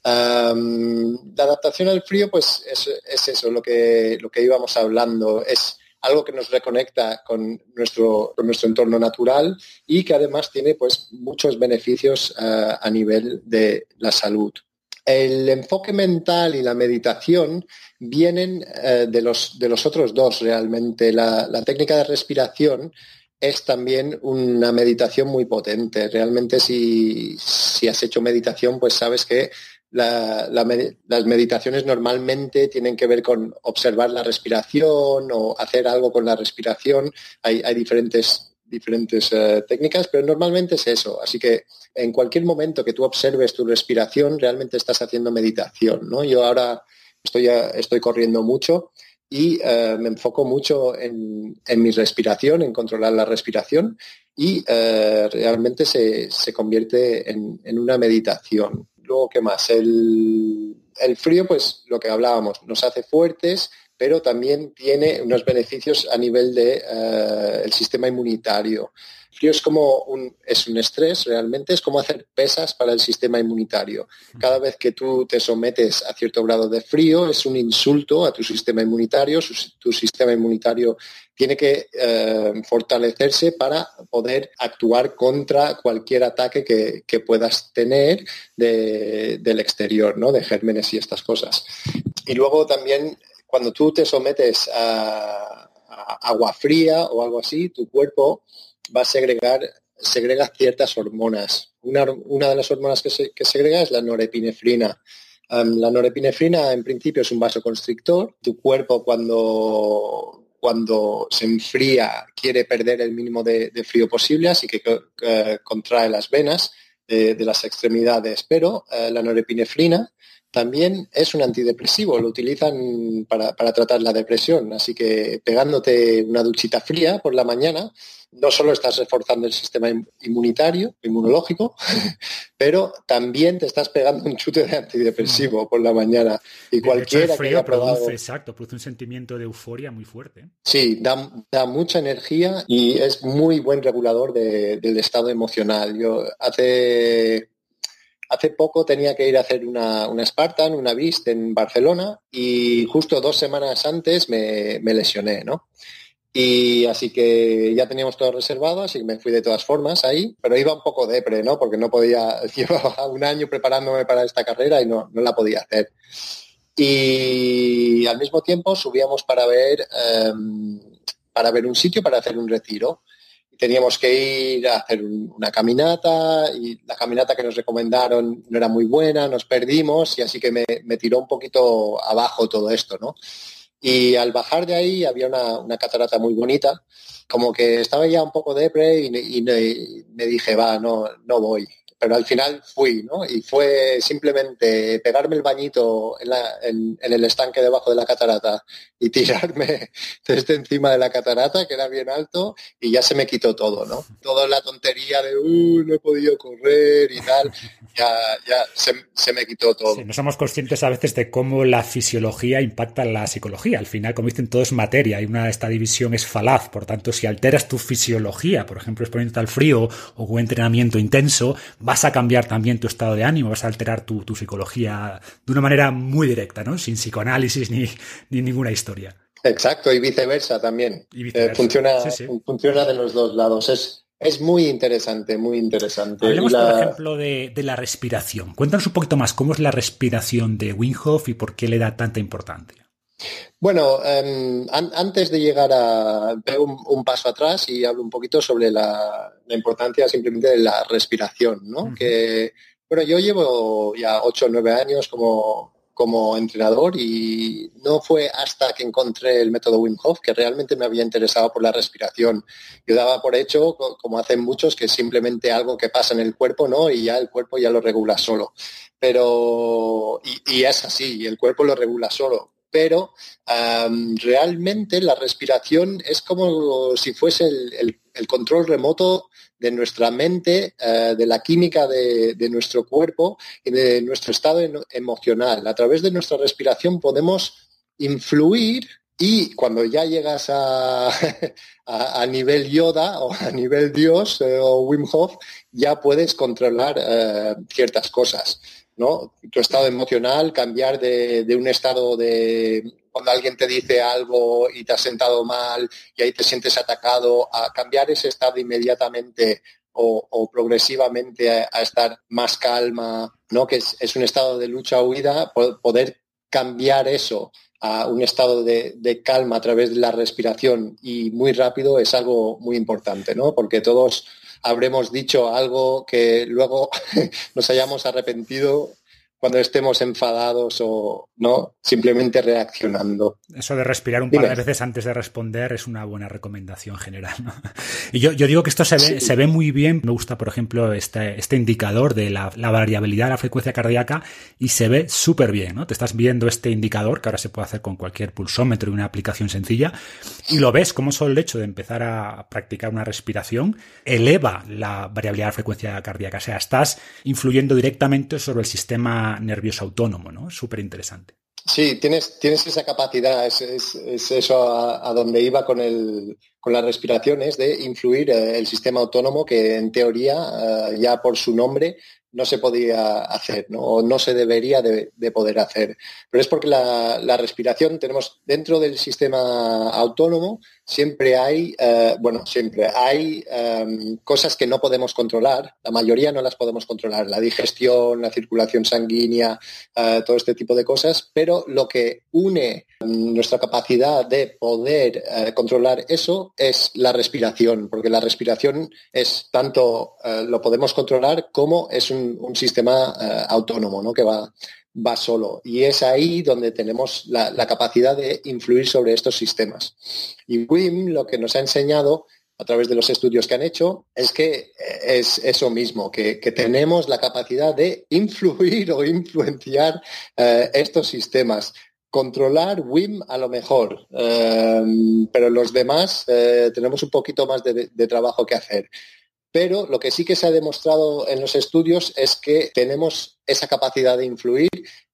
Um, la adaptación al frío, pues es, es eso, lo que, lo que íbamos hablando, es algo que nos reconecta con nuestro, con nuestro entorno natural y que además tiene pues muchos beneficios uh, a nivel de la salud. El enfoque mental y la meditación vienen uh, de, los, de los otros dos realmente. La, la técnica de respiración es también una meditación muy potente. Realmente si, si has hecho meditación, pues sabes que La, la, las meditaciones normalmente tienen que ver con observar la respiración o hacer algo con la respiración. Hay, hay diferentes, diferentes uh, técnicas, pero normalmente es eso. Así que en cualquier momento que tú observes tu respiración, realmente estás haciendo meditación, ¿no? Yo ahora estoy, estoy corriendo mucho y uh, me enfoco mucho en, en mi respiración, en controlar la respiración y uh, realmente se, se convierte en, en una meditación. Luego, ¿qué más? El, el frío, pues lo que hablábamos, nos hace fuertes, pero también tiene unos beneficios a nivel del de, uh, sistema inmunitario. El frío es como un, es un estrés, realmente, es como hacer pesas para el sistema inmunitario. Cada vez que tú te sometes a cierto grado de frío, es un insulto a tu sistema inmunitario. Su, tu sistema inmunitario tiene que eh, fortalecerse para poder actuar contra cualquier ataque que, que puedas tener de, del exterior, ¿no? De gérmenes y estas cosas. Y luego también, cuando tú te sometes a, a agua fría o algo así, tu cuerpo va a segregar segrega ciertas hormonas. Una, una de las hormonas que, se, que segrega es la norepinefrina. Um, la norepinefrina, en principio, es un vasoconstrictor. Tu cuerpo, cuando, cuando se enfría, quiere perder el mínimo de, de frío posible, así que uh, contrae las venas eh, de las extremidades. Pero uh, la norepinefrina también es un antidepresivo, lo utilizan para, para tratar la depresión, así que pegándote una duchita fría por la mañana, no solo estás reforzando el sistema inmunitario, inmunológico, pero también te estás pegando un chute de antidepresivo por la mañana. Y de cualquiera hecho, el frío que haya probado, produce, exacto, produce un sentimiento de euforia muy fuerte. Sí, da, da mucha energía y es muy buen regulador de, del estado emocional. Yo hace... Hace poco tenía que ir a hacer una, una Spartan, una Beast en Barcelona y justo dos semanas antes me, me lesioné, ¿no? Y así que ya teníamos todo reservado, así que me fui de todas formas ahí, pero iba un poco depre, ¿no? Porque no podía, llevaba un año preparándome para esta carrera y no, no la podía hacer. Y al mismo tiempo subíamos para ver, eh, para ver un sitio para hacer un retiro. Teníamos que ir a hacer un, una caminata y la caminata que nos recomendaron no era muy buena, nos perdimos y así que me, me tiró un poquito abajo todo esto, ¿no? Y al bajar de ahí había una, una catarata muy bonita, como que estaba ya un poco depre y, y, y me dije, va, no, no voy. Pero al final fui, ¿no? Y fue simplemente pegarme el bañito en, la, en, en el estanque debajo de la catarata y tirarme desde encima de la catarata, que era bien alto, y ya se me quitó todo, ¿no? Toda la tontería de, uh, no he podido correr y tal, ya, ya se, se me quitó todo. Sí, no somos conscientes a veces de cómo la fisiología impacta en la psicología. Al final, como dicen, todo es materia y una, esta división es falaz. Por tanto, si alteras tu fisiología, por ejemplo, exponiéndote al frío o un entrenamiento intenso, vas a cambiar también tu estado de ánimo, vas a alterar tu, tu psicología de una manera muy directa, ¿no? Sin psicoanálisis ni, ni ninguna historia. Exacto, y viceversa también. Y viceversa. Eh, funciona, sí, sí. funciona de los dos lados. Es, es muy interesante, muy interesante. Hablemos, la... por ejemplo, de, de la respiración. Cuéntanos un poquito más cómo es la respiración de Wim Hof y por qué le da tanta importancia. Bueno, um, an antes de llegar a un, un paso atrás y hablo un poquito sobre la, la importancia simplemente de la respiración, ¿no? Uh-huh. Que, bueno, yo llevo ya ocho o nueve años como, como entrenador y no fue hasta que encontré el método Wim Hof que realmente me había interesado por la respiración. Yo daba por hecho, como hacen muchos, que es simplemente algo que pasa en el cuerpo, ¿no? Y ya el cuerpo ya lo regula solo. Pero, y, y es así, el cuerpo lo regula solo. Pero um, realmente la respiración es como si fuese el, el, el control remoto de nuestra mente, uh, de la química de, de nuestro cuerpo y de nuestro estado emocional. A través de nuestra respiración podemos influir y cuando ya llegas a, a, a nivel Yoda o a nivel Dios eh, o Wim Hof, ya puedes controlar uh, ciertas cosas, ¿no? Tu estado emocional, cambiar de, de un estado de cuando alguien te dice algo y te has sentado mal y ahí te sientes atacado, a cambiar ese estado inmediatamente o, o progresivamente a, a estar más calma, ¿no? Que es, es un estado de lucha o huida, poder cambiar eso a un estado de, de calma a través de la respiración y muy rápido es algo muy importante, ¿no? Porque todos habremos dicho algo que luego nos hayamos arrepentido cuando estemos enfadados o no, simplemente reaccionando. Eso de respirar un par de veces antes de responder es una buena recomendación general, ¿no? Y yo, yo digo que esto se ve, sí. se ve muy bien. Me gusta, por ejemplo, este, este indicador de la, la variabilidad de la frecuencia cardíaca y se ve súper bien, ¿no? Te estás viendo este indicador que ahora se puede hacer con cualquier pulsómetro y una aplicación sencilla y lo ves como solo el hecho de empezar a practicar una respiración eleva la variabilidad de la frecuencia cardíaca. O sea, estás influyendo directamente sobre el sistema nervioso autónomo, ¿no? Súper interesante. Sí, tienes, tienes esa capacidad, es, es, es eso a, a donde iba con, el, con las respiraciones, de influir eh, el sistema autónomo que en teoría, eh, ya por su nombre, no se podía hacer, ¿no? O no se debería de, de poder hacer. Pero es porque la, la respiración tenemos dentro del sistema autónomo, siempre hay, eh, bueno, siempre hay um, cosas que no podemos controlar, la mayoría no las podemos controlar, la digestión, la circulación sanguínea, uh, todo este tipo de cosas, pero lo que une um, nuestra capacidad de poder uh, controlar eso es la respiración, porque la respiración es tanto, uh, lo podemos controlar como es un un sistema uh, autónomo, ¿no? Que va, va solo. Y es ahí donde tenemos la, la capacidad de influir sobre estos sistemas. Y Wim lo que nos ha enseñado a través de los estudios que han hecho es que es eso mismo, que, que tenemos la capacidad de influir o influenciar uh, estos sistemas. Controlar Wim a lo mejor, uh, pero los demás uh, tenemos un poquito más de, de trabajo que hacer. Pero lo que sí que se ha demostrado en los estudios es que tenemos esa capacidad de influir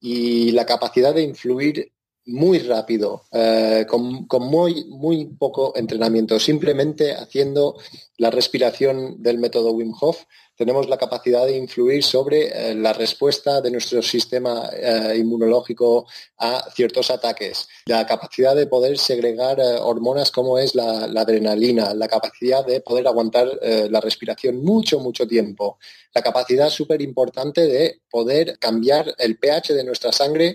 y la capacidad de influir muy rápido, eh, con, con muy, muy poco entrenamiento. Simplemente haciendo la respiración del método Wim Hof, tenemos la capacidad de influir sobre eh, la respuesta de nuestro sistema eh, inmunológico a ciertos ataques, la capacidad de poder segregar eh, hormonas como es la, la adrenalina, la capacidad de poder aguantar eh, la respiración mucho, mucho tiempo, la capacidad súper importante de poder cambiar el pH de nuestra sangre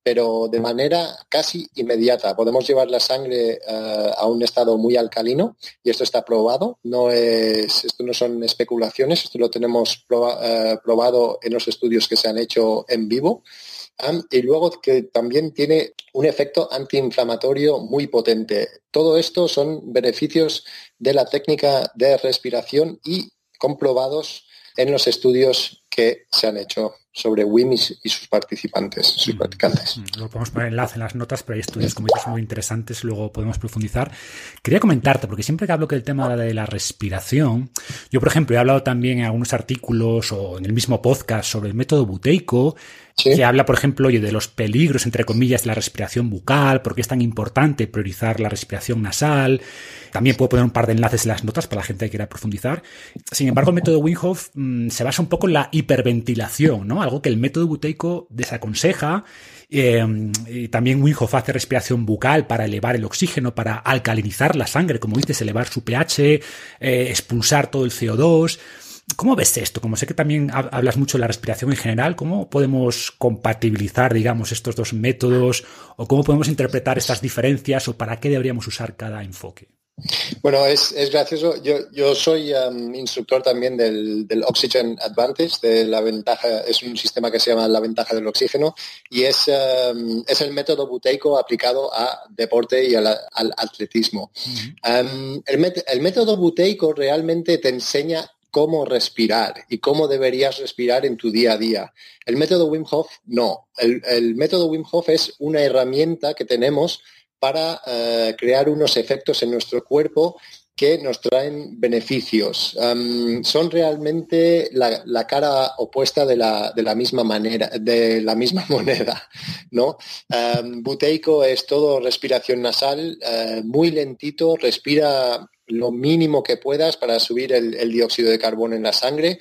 pero de manera casi inmediata. Podemos llevar la sangre uh, a un estado muy alcalino y esto está probado. No es, esto no son especulaciones, esto lo tenemos proba, uh, probado en los estudios que se han hecho en vivo. Um, y luego que también tiene un efecto antiinflamatorio muy potente. Todo esto son beneficios de la técnica de respiración y comprobados en los estudios que se han hecho sobre Wim y sus participantes, sus practicantes. Luego podemos poner enlace en las notas, pero hay estudios, como dices, muy interesantes, luego podemos profundizar. Quería comentarte, porque siempre que hablo que el tema de la respiración, yo, por ejemplo, he hablado también en algunos artículos o en el mismo podcast sobre el método buteico, ¿sí? Que habla, por ejemplo, oye, de los peligros, entre comillas, de la respiración bucal, por qué es tan importante priorizar la respiración nasal. También puedo poner un par de enlaces en las notas para la gente que quiera profundizar. Sin embargo, el método Wim Hof mmm, se basa un poco en la hiperventilación, ¿no? Algo que el método buteico desaconseja. Eh, y también Wim Hof hace respiración bucal para elevar el oxígeno, para alcalinizar la sangre, como dices, elevar su pH, eh, expulsar todo el C O dos. ¿Cómo ves esto? Como sé que también hablas mucho de la respiración en general, ¿cómo podemos compatibilizar, digamos, estos dos métodos o cómo podemos interpretar estas diferencias o para qué deberíamos usar cada enfoque? Bueno, es, es gracioso. Yo, yo soy um, instructor también del, del Oxygen Advantage, de la ventaja, es un sistema que se llama la ventaja del oxígeno y es, um, es el método buteico aplicado a deporte y al, al atletismo. Uh-huh. Um, el, met, el método buteico realmente te enseña cómo respirar y cómo deberías respirar en tu día a día. El método Wim Hof no. El, el método Wim Hof es una herramienta que tenemos para uh, crear unos efectos en nuestro cuerpo que nos traen beneficios. Um, son realmente la, la cara opuesta de la, de la misma manera, de la misma moneda, ¿no? Um, buteico es todo respiración nasal, uh, muy lentito, respira lo mínimo que puedas para subir el, el dióxido de carbono en la sangre,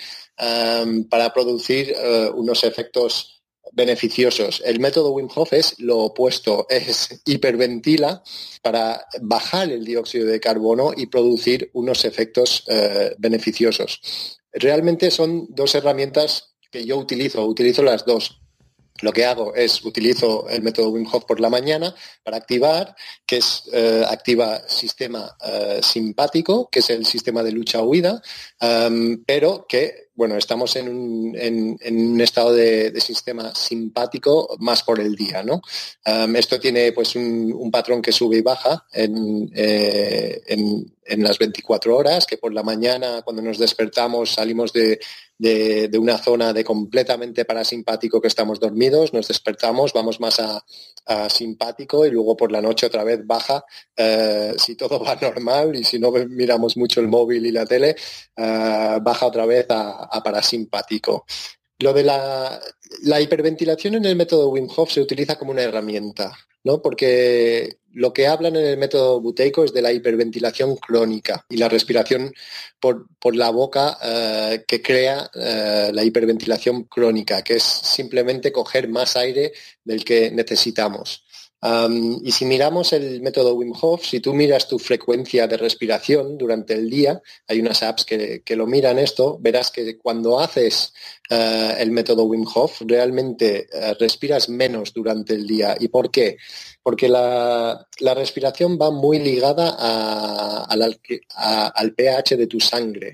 um, para producir uh, unos efectos beneficiosos. El método Wim Hof es lo opuesto, es hiperventila para bajar el dióxido de carbono y producir unos efectos uh, beneficiosos. Realmente son dos herramientas que yo utilizo, utilizo las dos. Lo que hago es utilizo el método Wim Hof por la mañana para activar, que es eh, activa sistema eh, simpático, que es el sistema de lucha-huida, um, pero que, bueno, estamos en un, en, en un estado de, de sistema simpático más por el día, ¿no? Um, esto tiene pues un, un patrón que sube y baja en, eh, en, en las veinticuatro horas, que por la mañana cuando nos despertamos salimos de, de, de una zona de completamente parasimpático que estamos dormidos, nos despertamos, vamos más a, a simpático y luego por la noche otra vez baja, eh, si todo va normal y si no miramos mucho el móvil y la tele, eh, baja otra vez a, a parasimpático. Lo de la, la hiperventilación en el método Wim Hof se utiliza como una herramienta, ¿no? Porque lo que hablan en el método buteico es de la hiperventilación crónica y la respiración por, por la boca eh, que crea eh, la hiperventilación crónica, que es simplemente coger más aire del que necesitamos. Um, y si miramos el método Wim Hof, si tú miras tu frecuencia de respiración durante el día, hay unas apps que, que lo miran esto, verás que cuando haces uh, el método Wim Hof realmente uh, respiras menos durante el día. ¿Y por qué? Porque la, la respiración va muy ligada a, a la, a, al pH de tu sangre.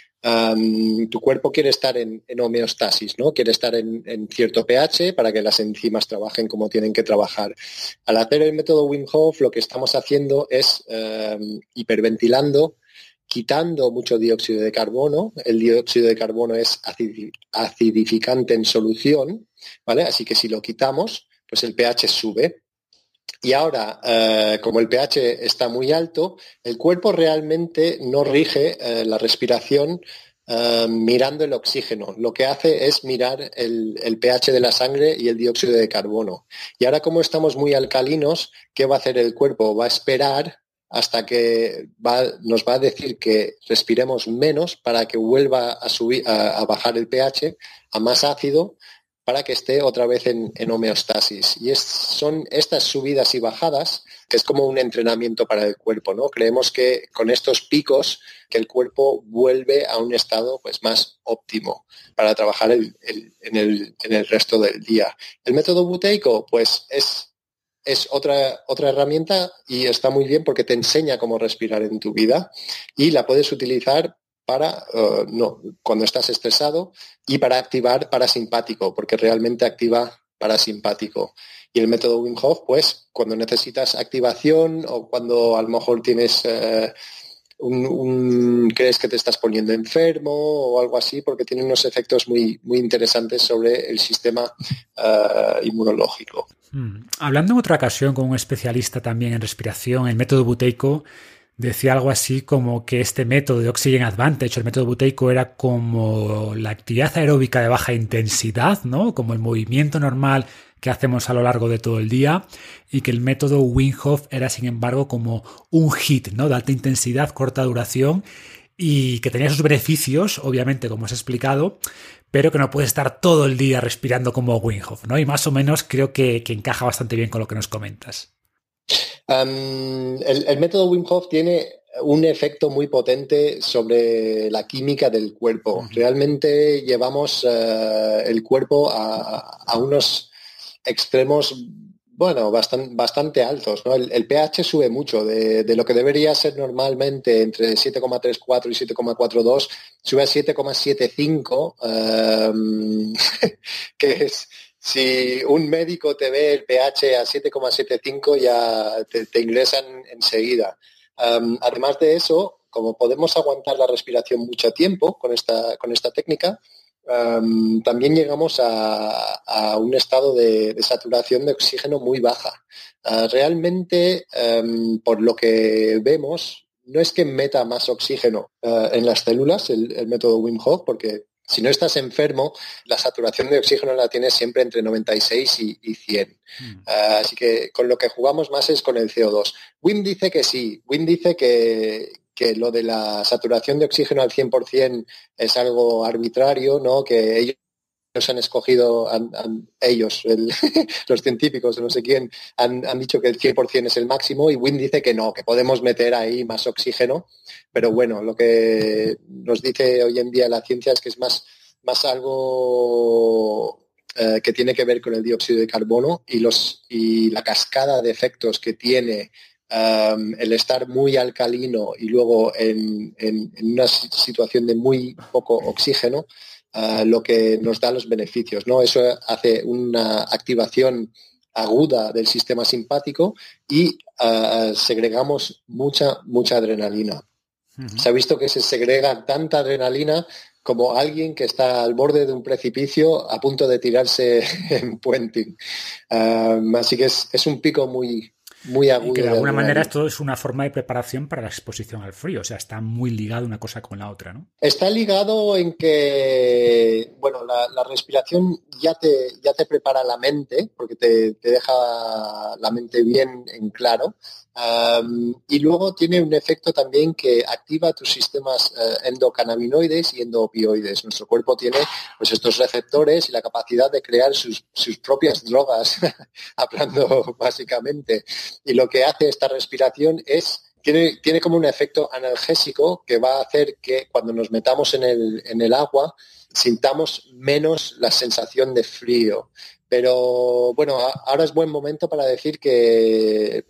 Um, tu cuerpo quiere estar en, en homeostasis, ¿no? Quiere estar en, en cierto pH para que las enzimas trabajen como tienen que trabajar. Al hacer el método Wim Hof, lo que estamos haciendo es um, hiperventilando, quitando mucho dióxido de carbono. El dióxido de carbono es acidificante en solución, ¿vale? Así que si lo quitamos, pues el pH sube. Y ahora, eh, como el pH está muy alto, el cuerpo realmente no rige eh, la respiración eh, mirando el oxígeno. Lo que hace es mirar el, el pH de la sangre y el dióxido de carbono. Y ahora, como estamos muy alcalinos, ¿qué va a hacer el cuerpo? Va a esperar hasta que va, nos va a decir que respiremos menos para que vuelva a subir, a, a bajar el pH a más ácido. para que esté otra vez en, en homeostasis. Y es, son estas subidas y bajadas, que es como un entrenamiento para el cuerpo, ¿no? Creemos que con estos picos que el cuerpo vuelve a un estado pues más óptimo para trabajar el, el, en, el, en el resto del día. El método buteico, pues es, es otra, otra herramienta y está muy bien porque te enseña cómo respirar en tu vida y la puedes utilizar para uh, no, cuando estás estresado y para activar parasimpático, porque realmente activa parasimpático. Y el método Wim Hof, pues, cuando necesitas activación o cuando a lo mejor tienes uh, un, un crees que te estás poniendo enfermo o algo así, porque tiene unos efectos muy, muy interesantes sobre el sistema uh, inmunológico. Hmm. Hablando en otra ocasión con un especialista también en respiración, el método buteico decía algo así como que este método de Oxygen Advantage, el método buteico, era como la actividad aeróbica de baja intensidad, ¿no? Como el movimiento normal que hacemos a lo largo de todo el día, y que el método Wim Hof era, sin embargo, como un HIIT, ¿no? De alta intensidad, corta duración, y que tenía sus beneficios, obviamente, como os he explicado, pero que no puede estar todo el día respirando como Wim Hof, ¿no? Y más o menos creo que, que encaja bastante bien con lo que nos comentas. Um, el, el método Wim Hof tiene un efecto muy potente sobre la química del cuerpo. Uh-huh. Realmente llevamos uh, el cuerpo a, a unos extremos, bueno, bastante, bastante altos, ¿no? El, el pH sube mucho, de, de lo que debería ser normalmente entre siete coma treinta y cuatro y siete coma cuarenta y dos, sube a siete coma setenta y cinco, um, que es... Si un médico te ve el pH a siete coma setenta y cinco, ya te, te ingresan enseguida. Um, además de eso, como podemos aguantar la respiración mucho tiempo con esta, con esta técnica, um, también llegamos a, a un estado de, de saturación de oxígeno muy baja. Uh, realmente, um, por lo que vemos, no es que meta más oxígeno uh, en las células, el, el método Wim Hof, porque si no estás enfermo, la saturación de oxígeno la tienes siempre entre noventa y seis y, y cien. Mm. Uh, así que con lo que jugamos más es con el C O dos. Wim dice que sí. Wim dice que, que lo de la saturación de oxígeno al cien por ciento es algo arbitrario, ¿no? Que ellos han escogido, han, han, ellos, el, los científicos, no sé quién, han, han dicho que el cien por ciento es el máximo, y Wim dice que no, que podemos meter ahí más oxígeno, pero bueno, lo que nos dice hoy en día la ciencia es que es más, más algo eh, que tiene que ver con el dióxido de carbono y, los, y la cascada de efectos que tiene um, el estar muy alcalino y luego en, en, en una situación de muy poco oxígeno. Uh, lo que nos da los beneficios, ¿no? Eso hace una activación aguda del sistema simpático y uh, segregamos mucha, mucha adrenalina. Uh-huh. Se ha visto que se segrega tanta adrenalina como alguien que está al borde de un precipicio a punto de tirarse en puenting. Uh, así que es, es un pico muy, muy agudo. Y que de alguna de manera esto es una forma de preparación para la exposición al frío, o sea, está muy ligado una cosa con la otra, ¿no? Está ligado en que, bueno, la, la respiración ya te, ya te prepara la mente, porque te, te deja la mente bien en claro, um, y luego tiene un efecto también que activa tus sistemas uh, endocannabinoides y endopioides. Nuestro cuerpo tiene pues estos receptores y la capacidad de crear sus, sus propias drogas, hablando básicamente. Y lo que hace esta respiración es, tiene, tiene como un efecto analgésico que va a hacer que cuando nos metamos en el, en el agua sintamos menos la sensación de frío. Pero bueno, ahora es buen momento para decir que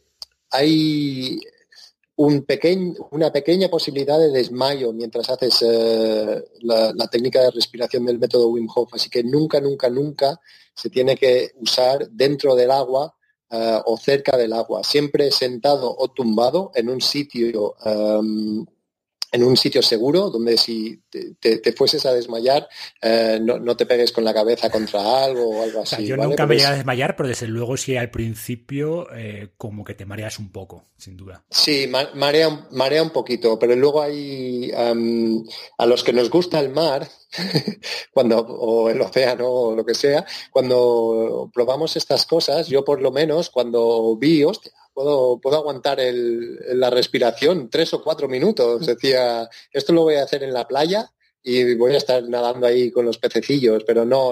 hay un pequeñ, una pequeña posibilidad de desmayo mientras haces eh, la, la técnica de respiración del método Wim Hof. Así que nunca, nunca, nunca se tiene que usar dentro del agua Uh, o cerca del agua, siempre sentado o tumbado en un sitio um, en un sitio seguro, donde si te, te, te fueses a desmayar, uh, no, no te pegues con la cabeza contra algo o algo así. O sea, yo ¿vale? nunca Pero me llegué es... a desmayar, pero desde luego sí al principio eh, como que te mareas un poco, sin duda. Sí, marea, marea un poquito, pero luego hay um, a los que nos gusta el mar cuando o el océano o lo que sea, cuando probamos estas cosas, yo por lo menos cuando vi, hostia, puedo, puedo aguantar el, la respiración tres o cuatro minutos. Decía, esto lo voy a hacer en la playa y voy a estar nadando ahí con los pececillos, pero no, no,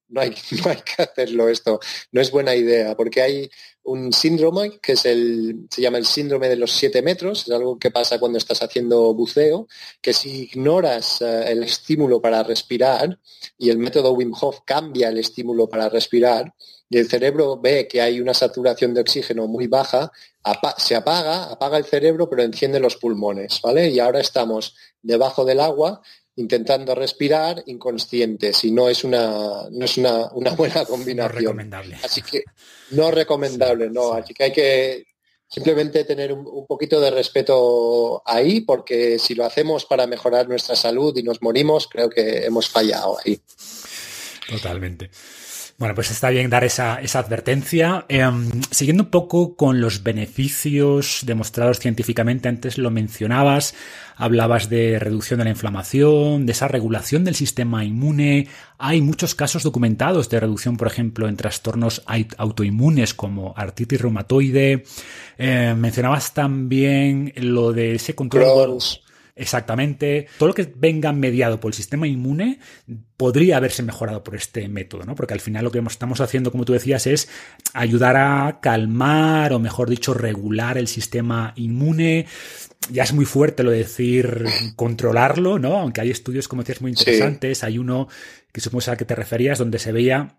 no hay, no hay que hacerlo esto, no es buena idea, porque hay un síndrome que es el, se llama el síndrome de los siete metros, es algo que pasa cuando estás haciendo buceo, que si ignoras uh, el estímulo para respirar, y el método Wim Hof cambia el estímulo para respirar, y el cerebro ve que hay una saturación de oxígeno muy baja, apa- se apaga, apaga el cerebro, pero enciende los pulmones, ¿vale? Y ahora estamos debajo del agua intentando respirar inconscientes y no es una, no es una, una buena combinación. No recomendable. Así que no recomendable, sí, no. Sí. Así que hay que simplemente tener un, un poquito de respeto ahí, porque si lo hacemos para mejorar nuestra salud y nos morimos, creo que hemos fallado ahí. Totalmente. Bueno, pues está bien dar esa, esa advertencia. Eh, siguiendo un poco con los beneficios demostrados científicamente, antes lo mencionabas, hablabas de reducción de la inflamación, de esa regulación del sistema inmune. Hay muchos casos documentados de reducción, por ejemplo, en trastornos autoinmunes como artritis reumatoide. Eh, mencionabas también lo de ese control... Exactamente. Todo lo que venga mediado por el sistema inmune podría haberse mejorado por este método, ¿no? Porque al final lo que estamos haciendo, como tú decías, es ayudar a calmar o, mejor dicho, regular el sistema inmune. Ya es muy fuerte lo de decir controlarlo, ¿no? Aunque hay estudios, como decías, muy interesantes. Sí. Hay uno que supongo a que te referías, donde se veía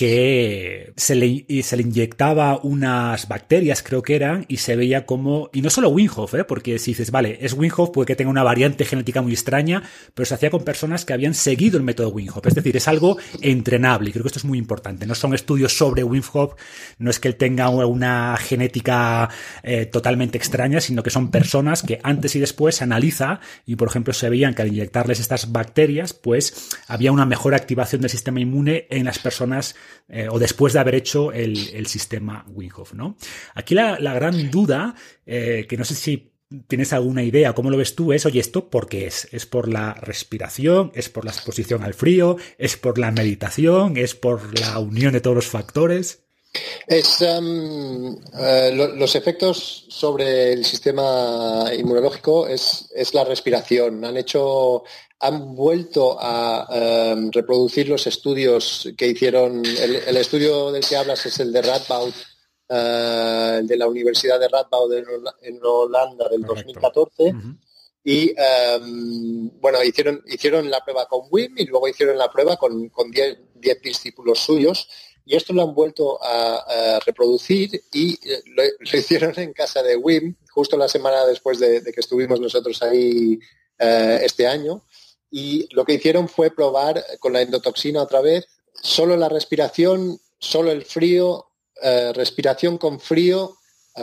que se le, se le inyectaba unas bacterias, creo que eran, y se veía como, y no solo Wim Hof, ¿eh? Porque si dices, vale, es Wim Hof, puede que tenga una variante genética muy extraña, pero se hacía con personas que habían seguido el método Wim Hof, es decir, es algo entrenable, y creo que esto es muy importante, no son estudios sobre Wim Hof, no es que él tenga una genética eh, totalmente extraña, sino que son personas que antes y después se analiza, y por ejemplo se veían que al inyectarles estas bacterias, pues había una mejor activación del sistema inmune en las personas Eh, o después de haber hecho el, el sistema Wim Hof, ¿no? Aquí la, la gran duda, eh, que no sé si tienes alguna idea, cómo lo ves tú, es, oye, ¿esto por qué es? ¿Es por la respiración? ¿Es por la exposición al frío? ¿Es por la meditación? ¿Es por la unión de todos los factores? Es um, uh, lo, los efectos sobre el sistema inmunológico es, es la respiración. Han hecho, han vuelto a um, reproducir los estudios que hicieron. El, el estudio del que hablas es el de Radboud, uh, el de la Universidad de Radboud en, en Holanda del Correcto. dos mil catorce. Uh-huh. Y um, bueno, hicieron, hicieron la prueba con Wim y luego hicieron la prueba con, con diez, diez discípulos suyos. Y esto lo han vuelto a, a reproducir y lo, lo hicieron en casa de Wim, justo la semana después de, de que estuvimos nosotros ahí uh, este año. Y lo que hicieron fue probar con la endotoxina otra vez, solo la respiración, solo el frío, uh, respiración con frío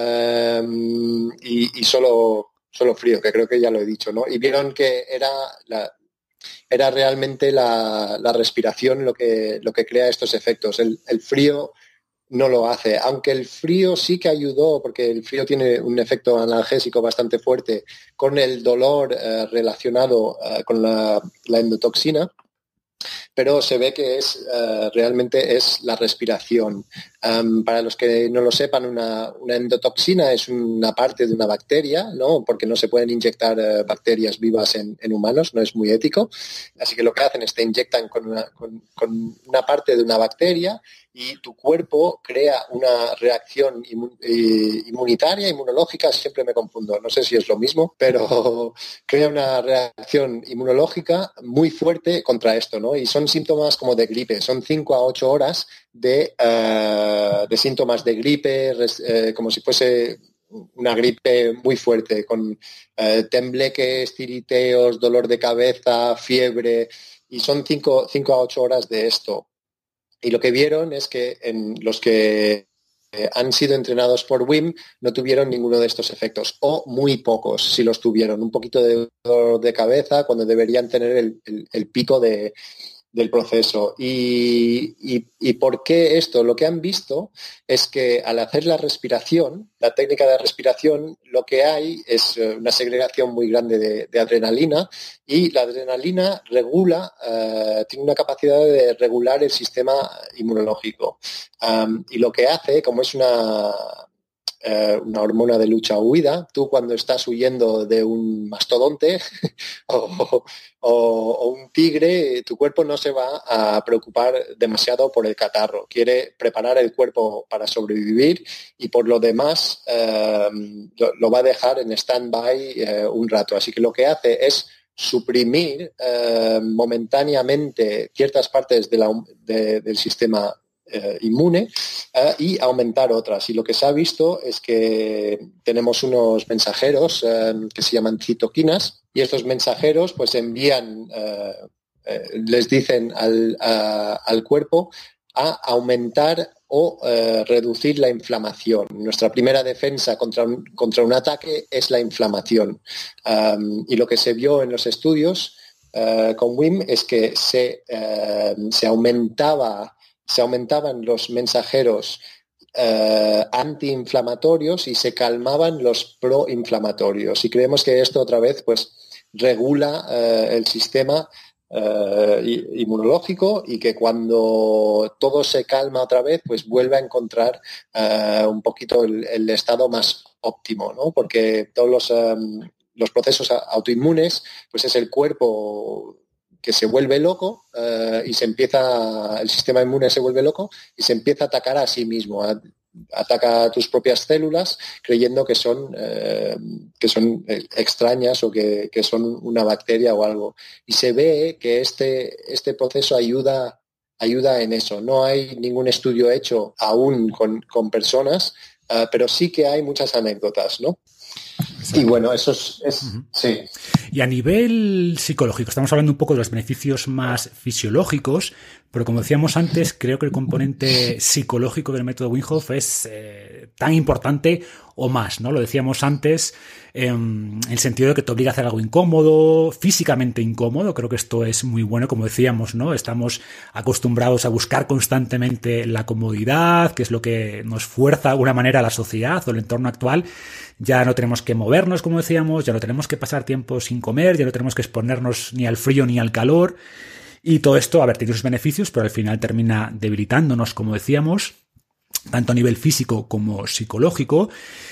um, y, y solo, solo frío, que creo que ya lo he dicho, ¿no? Y vieron que era la... Era realmente la, la respiración lo que, lo que crea estos efectos. El, el frío no lo hace, aunque el frío sí que ayudó, porque el frío tiene un efecto analgésico bastante fuerte con el dolor eh, relacionado eh, con la, la endotoxina, pero se ve que es uh, realmente es la respiración. Um, para los que no lo sepan, una, una endotoxina es una parte de una bacteria, ¿no? Porque no se pueden inyectar uh, bacterias vivas en, en humanos, no es muy ético. Así que lo que hacen es te inyectan con una, con, con una parte de una bacteria y tu cuerpo crea una reacción inmun, eh, inmunitaria, inmunológica, siempre me confundo, no sé si es lo mismo, pero crea una reacción inmunológica muy fuerte contra esto, ¿no? Y son síntomas como de gripe, son cinco a ocho horas de, uh, de síntomas de gripe, res, eh, como si fuese una gripe muy fuerte, con uh, tembleques, tiriteos, dolor de cabeza, fiebre, y son cinco a ocho horas de esto. Y lo que vieron es que en los que eh, han sido entrenados por Wim no tuvieron ninguno de estos efectos, o muy pocos, si los tuvieron. Un poquito de dolor de cabeza cuando deberían tener el, el, el pico de, del proceso. Y, y, ¿Y por qué esto? Lo que han visto es que al hacer la respiración, la técnica de respiración, lo que hay es una segregación muy grande de, de adrenalina, y la adrenalina regula, uh, tiene una capacidad de regular el sistema inmunológico. Um, y lo que hace, como es una... eh, una hormona de lucha o huida. Tú cuando estás huyendo de un mastodonte o, o, o un tigre, tu cuerpo no se va a preocupar demasiado por el catarro. Quiere preparar el cuerpo para sobrevivir y por lo demás eh, lo, lo va a dejar en stand-by eh, un rato. Así que lo que hace es suprimir eh, momentáneamente ciertas partes de la, de, del sistema eh, inmune eh, y aumentar otras. Y lo que se ha visto es que tenemos unos mensajeros eh, que se llaman citoquinas y estos mensajeros pues envían, eh, eh, les dicen al, a, al cuerpo a aumentar o eh, reducir la inflamación. Nuestra primera defensa contra un, contra un ataque es la inflamación. Um, y lo que se vio en los estudios uh, con Wim es que se, uh, se, aumentaba, se aumentaban los mensajeros uh, antiinflamatorios y se calmaban los proinflamatorios. Y creemos que esto otra vez pues, regula uh, el sistema Uh, inmunológico y que cuando todo se calma otra vez pues vuelve a encontrar uh, un poquito el, el estado más óptimo, ¿no? Porque todos los, um, los procesos autoinmunes pues es el cuerpo que se vuelve loco uh, y se empieza, el sistema inmune se vuelve loco y se empieza a atacar a sí mismo, a, ataca a tus propias células creyendo que son, eh, que son extrañas o que, que son una bacteria o algo. Y se ve que este, este proceso ayuda, ayuda en eso. No hay ningún estudio hecho aún con, con personas, uh, pero sí que hay muchas anécdotas, ¿no? Exacto. Y bueno, eso es... es uh-huh. Sí. Y a nivel psicológico, estamos hablando un poco de los beneficios más fisiológicos, pero como decíamos antes, creo que el componente psicológico del método Wim Hof es eh, tan importante o más, ¿no? Lo decíamos antes, eh, en el sentido de que te obliga a hacer algo incómodo, físicamente incómodo. Creo que esto es muy bueno, como decíamos, ¿no? Estamos acostumbrados a buscar constantemente la comodidad, que es lo que nos fuerza de alguna manera a la sociedad o el entorno actual. Ya no tenemos que movernos, como decíamos, ya no tenemos que pasar tiempo sin comer, ya no tenemos que exponernos ni al frío ni al calor. Y todo esto, a ver, tiene sus beneficios, pero al final termina debilitándonos, como decíamos, tanto a nivel físico como psicológico.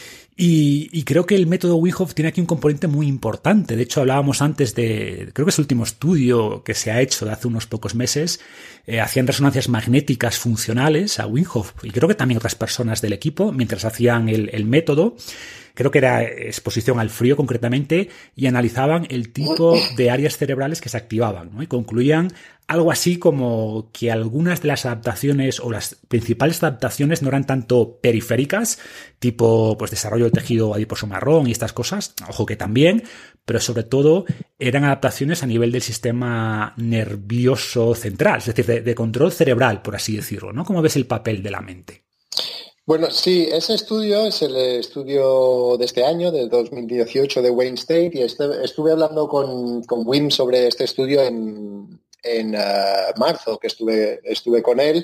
Y, y creo que el método Wim Hof tiene aquí un componente muy importante. De hecho, hablábamos antes de, creo que es el último estudio que se ha hecho de hace unos pocos meses, eh, hacían resonancias magnéticas funcionales a Wim Hof y creo que también otras personas del equipo mientras hacían el, el método. Creo que era exposición al frío concretamente y analizaban el tipo de áreas cerebrales que se activaban, ¿no? Y concluían algo así como que algunas de las adaptaciones o las principales adaptaciones no eran tanto periféricas, tipo pues desarrollo del tejido adiposo marrón y estas cosas, ojo que también, pero sobre todo eran adaptaciones a nivel del sistema nervioso central, es decir, de, de control cerebral, por así decirlo, ¿no? ¿Cómo ves el papel de la mente? Bueno, sí, ese estudio es el estudio de este año, del dos mil dieciocho de Wayne State, y este, estuve hablando con, con Wim sobre este estudio en, en uh, marzo, que estuve, estuve con él,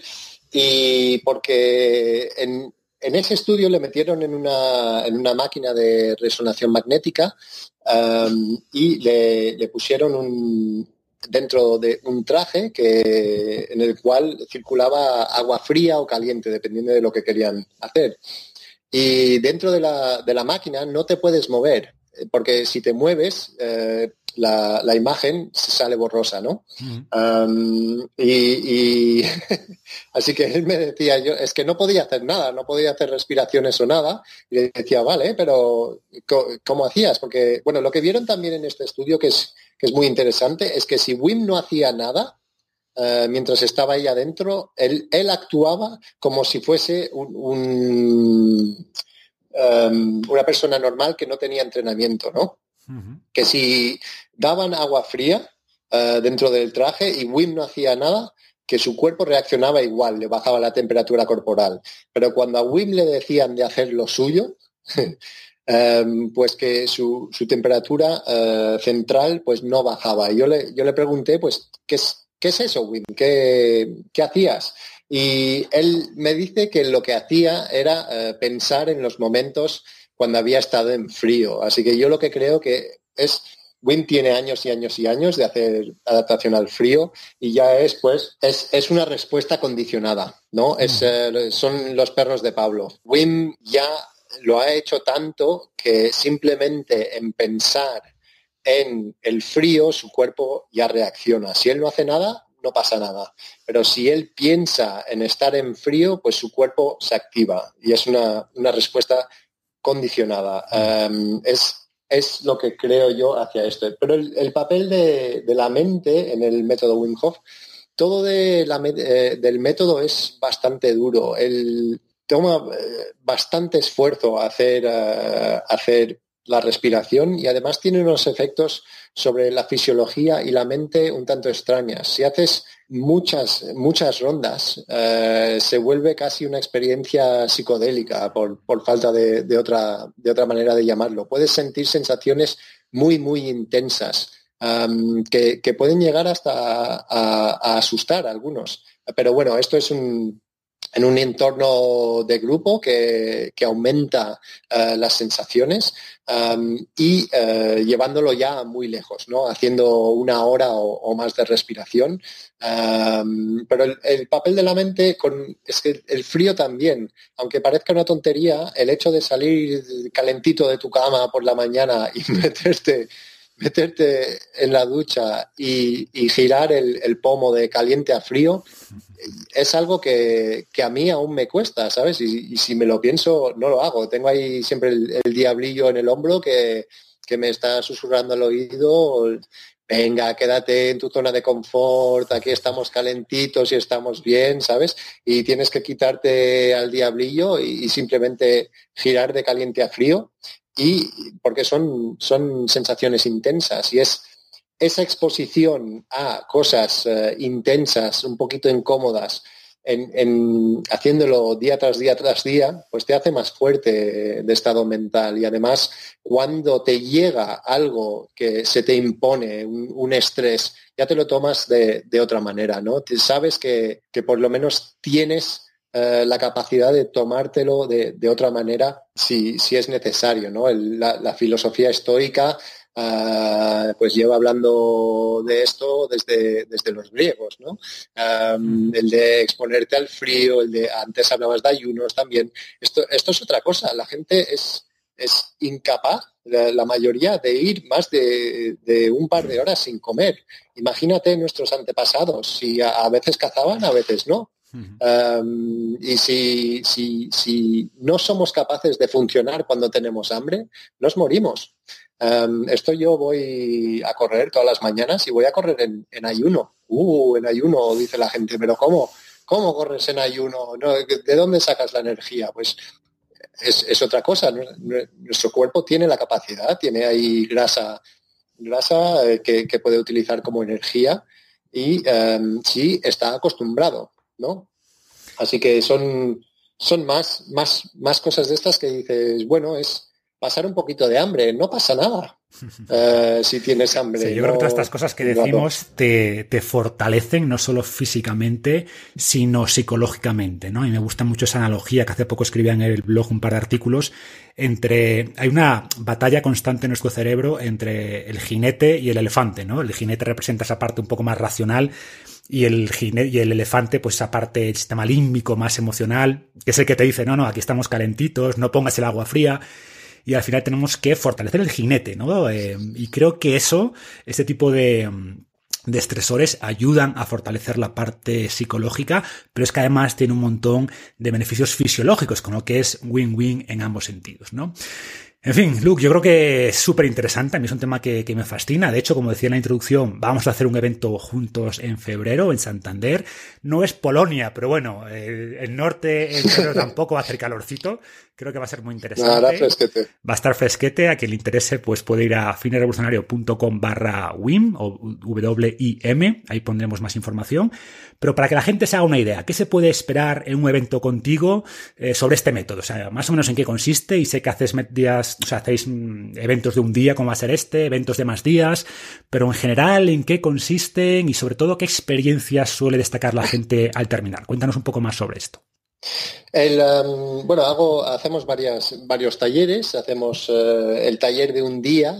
y porque en, en ese estudio le metieron en una, en una máquina de resonancia magnética um, y le, le pusieron un... dentro de un traje que, en el cual circulaba agua fría o caliente, dependiendo de lo que querían hacer. Y dentro de la, de la máquina no te puedes mover, porque si te mueves, eh, la, la imagen se sale borrosa, ¿no? Mm. Um, y, y así que él me decía, yo es que no podía hacer nada, no podía hacer respiraciones o nada. Y le decía, vale, pero ¿cómo hacías? Porque, bueno, lo que vieron también en este estudio, que es que es muy interesante, es que si Wim no hacía nada, uh, mientras estaba ahí adentro, él, él actuaba como si fuese un, un, um, una persona normal que no tenía entrenamiento, ¿no? Uh-huh. Que si daban agua fría uh, dentro del traje y Wim no hacía nada, que su cuerpo reaccionaba igual, le bajaba la temperatura corporal. Pero cuando a Wim le decían de hacer lo suyo... Um, pues que su, su temperatura uh, central pues no bajaba. Y yo le, yo le pregunté, pues, ¿qué es, qué es eso, Wim? ¿Qué, qué hacías? Y él me dice que lo que hacía era uh, pensar en los momentos cuando había estado en frío. Así que yo lo que creo que es, Wim tiene años y años y años de hacer adaptación al frío y ya es, pues, es, es una respuesta condicionada, ¿no? Es, uh, son los perros de Pablo. Wim ya lo ha hecho tanto que simplemente en pensar en el frío su cuerpo ya reacciona. Si él no hace nada, no pasa nada. Pero si él piensa en estar en frío, pues su cuerpo se activa y es una, una respuesta condicionada. Um, es, es lo que creo yo hacia esto. Pero el, el papel de, de la mente en el método Wim Hof, todo de la, eh, del método es bastante duro. Él toma eh, bastante esfuerzo hacer, uh, hacer la respiración y además tiene unos efectos sobre la fisiología y la mente un tanto extrañas. Si haces muchas, muchas rondas, eh, se vuelve casi una experiencia psicodélica, por, por falta de, de, otra, de otra manera de llamarlo. Puedes sentir sensaciones muy, muy intensas, um, que, que pueden llegar hasta a, a asustar a algunos. Pero bueno, esto es un... en un entorno de grupo que, que aumenta uh, las sensaciones um, y uh, llevándolo ya muy lejos, ¿no? Haciendo una hora o, o más de respiración. Um, pero el, el papel de la mente con, es que el frío también, aunque parezca una tontería, el hecho de salir calentito de tu cama por la mañana y meterte meterte en la ducha y, y girar el, el pomo de caliente a frío es algo que, que a mí aún me cuesta, ¿sabes? Y, y si me lo pienso, no lo hago. Tengo ahí siempre el, el diablillo en el hombro que, que me está susurrando al oído: venga, quédate en tu zona de confort, aquí estamos calentitos y estamos bien, ¿sabes? Y tienes que quitarte al diablillo y, y simplemente girar de caliente a frío. Y porque son, son sensaciones intensas y es esa exposición a cosas uh, intensas, un poquito incómodas, en, en, haciéndolo día tras día tras día, pues te hace más fuerte de estado mental. Y además, cuando te llega algo que se te impone, un, un estrés, ya te lo tomas de, de otra manera, ¿no? Te sabes que, que por lo menos tienes Uh, la capacidad de tomártelo de, de otra manera si, si es necesario, ¿no? El, la, la filosofía estoica uh, pues lleva hablando de esto desde, desde los griegos, ¿no? Um, el de exponerte al frío, el de antes hablabas de ayunos también. Esto, esto es otra cosa. La gente es, es incapaz, la, la mayoría, de ir más de, de un par de horas sin comer. Imagínate nuestros antepasados, si a, a veces cazaban, a veces no. Um, y si, si, si no somos capaces de funcionar cuando tenemos hambre, nos morimos. Um, esto yo voy a correr todas las mañanas y voy a correr en, en ayuno. Uh, en ayuno, dice la gente, pero ¿cómo? ¿Cómo corres en ayuno? ¿No? ¿De dónde sacas la energía? Pues es, es otra cosa. Nuestro cuerpo tiene la capacidad, tiene ahí grasa, grasa que, que puede utilizar como energía y um, sí está acostumbrado, ¿no? Así que son, son más, más, más cosas de estas que dices, bueno, es pasar un poquito de hambre, no pasa nada uh, si tienes hambre. Sí, yo no, creo que todas estas cosas que decimos te, te fortalecen no solo físicamente, sino psicológicamente, ¿no? Y me gusta mucho esa analogía que hace poco escribía en el blog un par de artículos entre... Hay una batalla constante en nuestro cerebro entre el jinete y el elefante, ¿no? El jinete representa esa parte un poco más racional y el jinete y el elefante, pues esa parte del sistema límbico más emocional, que es el que te dice, no, no, aquí estamos calentitos, no pongas el agua fría. Y al final tenemos que fortalecer el jinete, ¿no? Eh, y creo que eso, este tipo de, de estresores ayudan a fortalecer la parte psicológica, pero es que además tiene un montón de beneficios fisiológicos, con lo que es win-win en ambos sentidos, ¿no? En fin, Luke, yo creo que es súper interesante. A mí es un tema que, que me fascina. De hecho, como decía en la introducción, vamos a hacer un evento juntos en febrero en Santander. No es Polonia, pero bueno, el, el norte en febrero tampoco va a hacer calorcito. Creo que va a ser muy interesante. Nada, fresquete. Va a estar fresquete. A quien le interese, pues puede ir a finerevolucionario.com barra WIM o W I M. Ahí pondremos más información. Pero para que la gente se haga una idea, ¿qué se puede esperar en un evento contigo eh, sobre este método? O sea, más o menos en qué consiste. Y sé que haces días, o sea, hacéis mm, eventos de un día como va a ser este, eventos de más días, pero en general, ¿en qué consisten? Y sobre todo, ¿qué experiencias suele destacar la gente al terminar? Cuéntanos un poco más sobre esto. El, um, bueno, hago, hacemos varias, varios talleres. Hacemos uh, el taller de un día,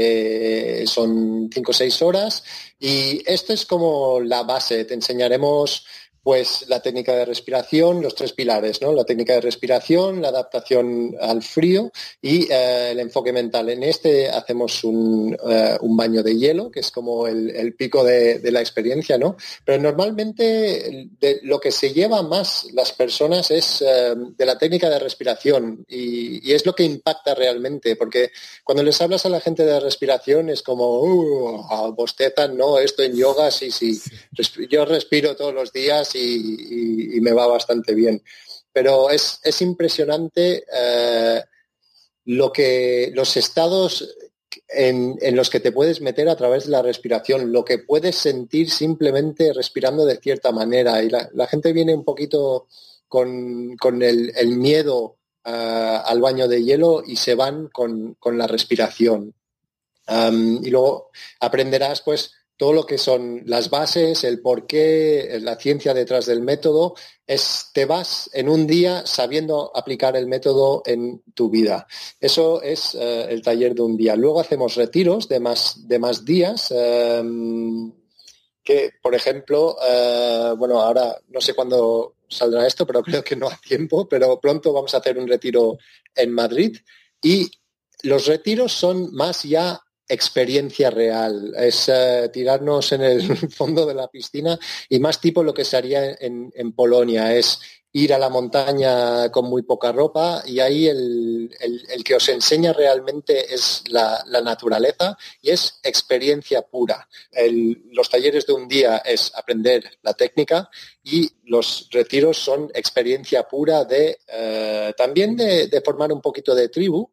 que son cinco o seis horas, y esto es como la base. Te enseñaremos pues la técnica de respiración, los tres pilares, ¿no? La técnica de respiración, la adaptación al frío y eh, el enfoque mental. En este hacemos un, uh, un baño de hielo, que es como el, el pico de, de la experiencia, ¿no? Pero normalmente de lo que se lleva más las personas es uh, de la técnica de respiración y, y es lo que impacta realmente, porque cuando les hablas a la gente de respiración es como, uh, bostezan, ¿no? Esto en yoga, sí, sí. Yo respiro todos los días Y, y, y me va bastante bien. Pero es, es impresionante eh, lo que los estados en, en los que te puedes meter a través de la respiración, lo que puedes sentir simplemente respirando de cierta manera. Y la, la gente viene un poquito con, con el, el miedo uh, al baño de hielo y se van con, con la respiración. Um, y luego aprenderás, pues, todo lo que son las bases, el porqué, la ciencia detrás del método, es te vas en un día sabiendo aplicar el método en tu vida. Eso es uh, el taller de un día. Luego hacemos retiros de más, de más días, um, que, por ejemplo, uh, bueno, ahora no sé cuándo saldrá esto, pero creo que no a tiempo, pero pronto vamos a hacer un retiro en Madrid y los retiros son más ya experiencia real, es uh, tirarnos en el fondo de la piscina y más tipo lo que se haría en, en Polonia, es ir a la montaña con muy poca ropa y ahí el, el, el que os enseña realmente es la, la naturaleza y es experiencia pura. El, los talleres de un día es aprender la técnica y los retiros son experiencia pura de eh, también de, de formar un poquito de tribu,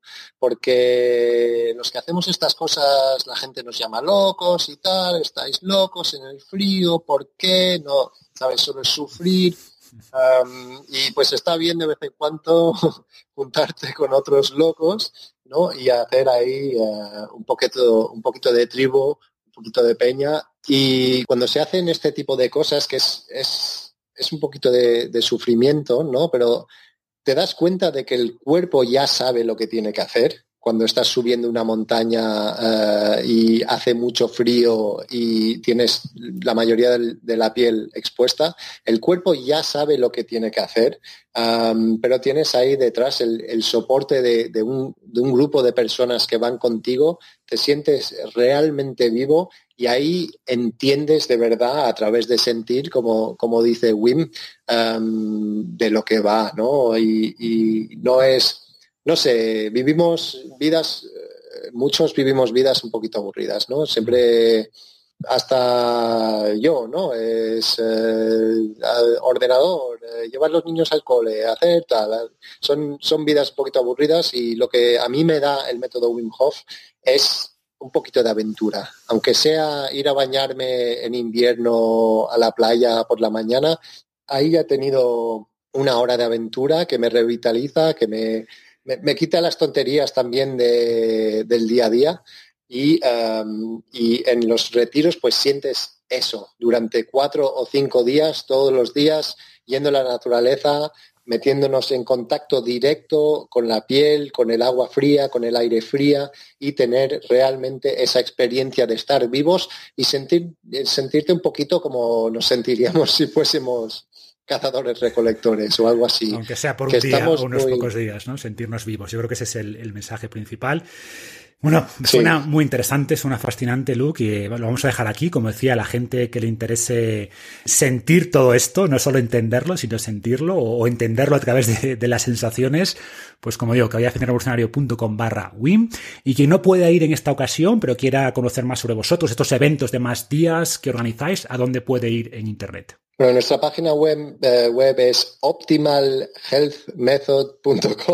porque los que hacemos estas cosas la gente nos llama locos y tal, estáis locos en el frío, ¿por qué? No, sabes, solo es sufrir. Um, y pues está bien de vez en cuando juntarte con otros locos, ¿no? Y hacer ahí uh, un poquito, un poquito de tribu, un poquito de peña. Y cuando se hacen este tipo de cosas, que es, es, es un poquito de, de sufrimiento, ¿no? Pero te das cuenta de que el cuerpo ya sabe lo que tiene que hacer. Cuando estás subiendo una montaña uh, y hace mucho frío y tienes la mayoría del, de la piel expuesta, el cuerpo ya sabe lo que tiene que hacer, um, pero tienes ahí detrás el, el soporte de, de, un, de un grupo de personas que van contigo, te sientes realmente vivo y ahí entiendes de verdad a través de sentir, como, como dice Wim, um, de lo que va, ¿no? Y, y no es... No sé, vivimos vidas, muchos vivimos vidas un poquito aburridas, ¿no? Siempre, hasta yo, ¿no? Es eh, ordenador, eh, llevar los niños al cole, hacer tal. Son, son vidas un poquito aburridas y lo que a mí me da el método Wim Hof es un poquito de aventura. Aunque sea ir a bañarme en invierno a la playa por la mañana, ahí he tenido una hora de aventura que me revitaliza, que me... Me, me quita las tonterías también de, del día a día y, um, y en los retiros pues sientes eso durante cuatro o cinco días, todos los días, yendo a la naturaleza, metiéndonos en contacto directo con la piel, con el agua fría, con el aire fría y tener realmente esa experiencia de estar vivos y sentir, sentirte un poquito como nos sentiríamos si fuésemos cazadores recolectores o algo así. Aunque sea por un día o unos muy... pocos días, ¿no? Sentirnos vivos. Yo creo que ese es el, el mensaje principal. Bueno, suena sí. muy interesante, suena fascinante, Luke, y lo vamos a dejar aquí. Como decía, a la gente que le interese sentir todo esto, no solo entenderlo, sino sentirlo o entenderlo a través de, de las sensaciones, pues como digo, que vaya a fitnessrevolucionario.com barra Wim. Y quien no pueda ir en esta ocasión, pero quiera conocer más sobre vosotros, estos eventos de más días que organizáis, ¿a dónde puede ir en Internet? Bueno, nuestra página web, eh, web es optimal health method punto com.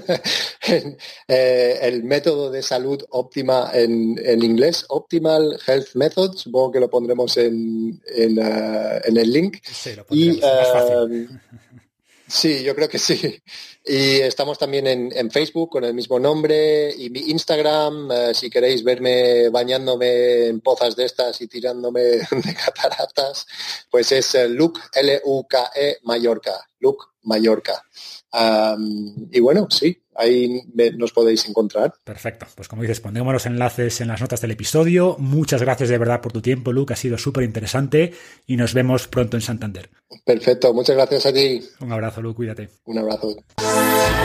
eh, el método de salud óptima en, en inglés, Optimal Health Method. Supongo que lo pondremos en, en, uh, en el link. Sí, lo pondremos, y, uh, más fácil. Sí, yo creo que sí. Y estamos también en, en Facebook con el mismo nombre y mi Instagram, eh, si queréis verme bañándome en pozas de estas y tirándome de cataratas, pues es eh, Luke, L U K E Mallorca, Luke Mallorca. Um, y bueno, sí, ahí me, nos podéis encontrar. Perfecto. Pues como dices, pondremos los enlaces en las notas del episodio. Muchas gracias de verdad por tu tiempo, Luke. Ha sido súper interesante y nos vemos pronto en Santander. Perfecto. Muchas gracias a ti. Un abrazo, Luke. Cuídate. Un abrazo.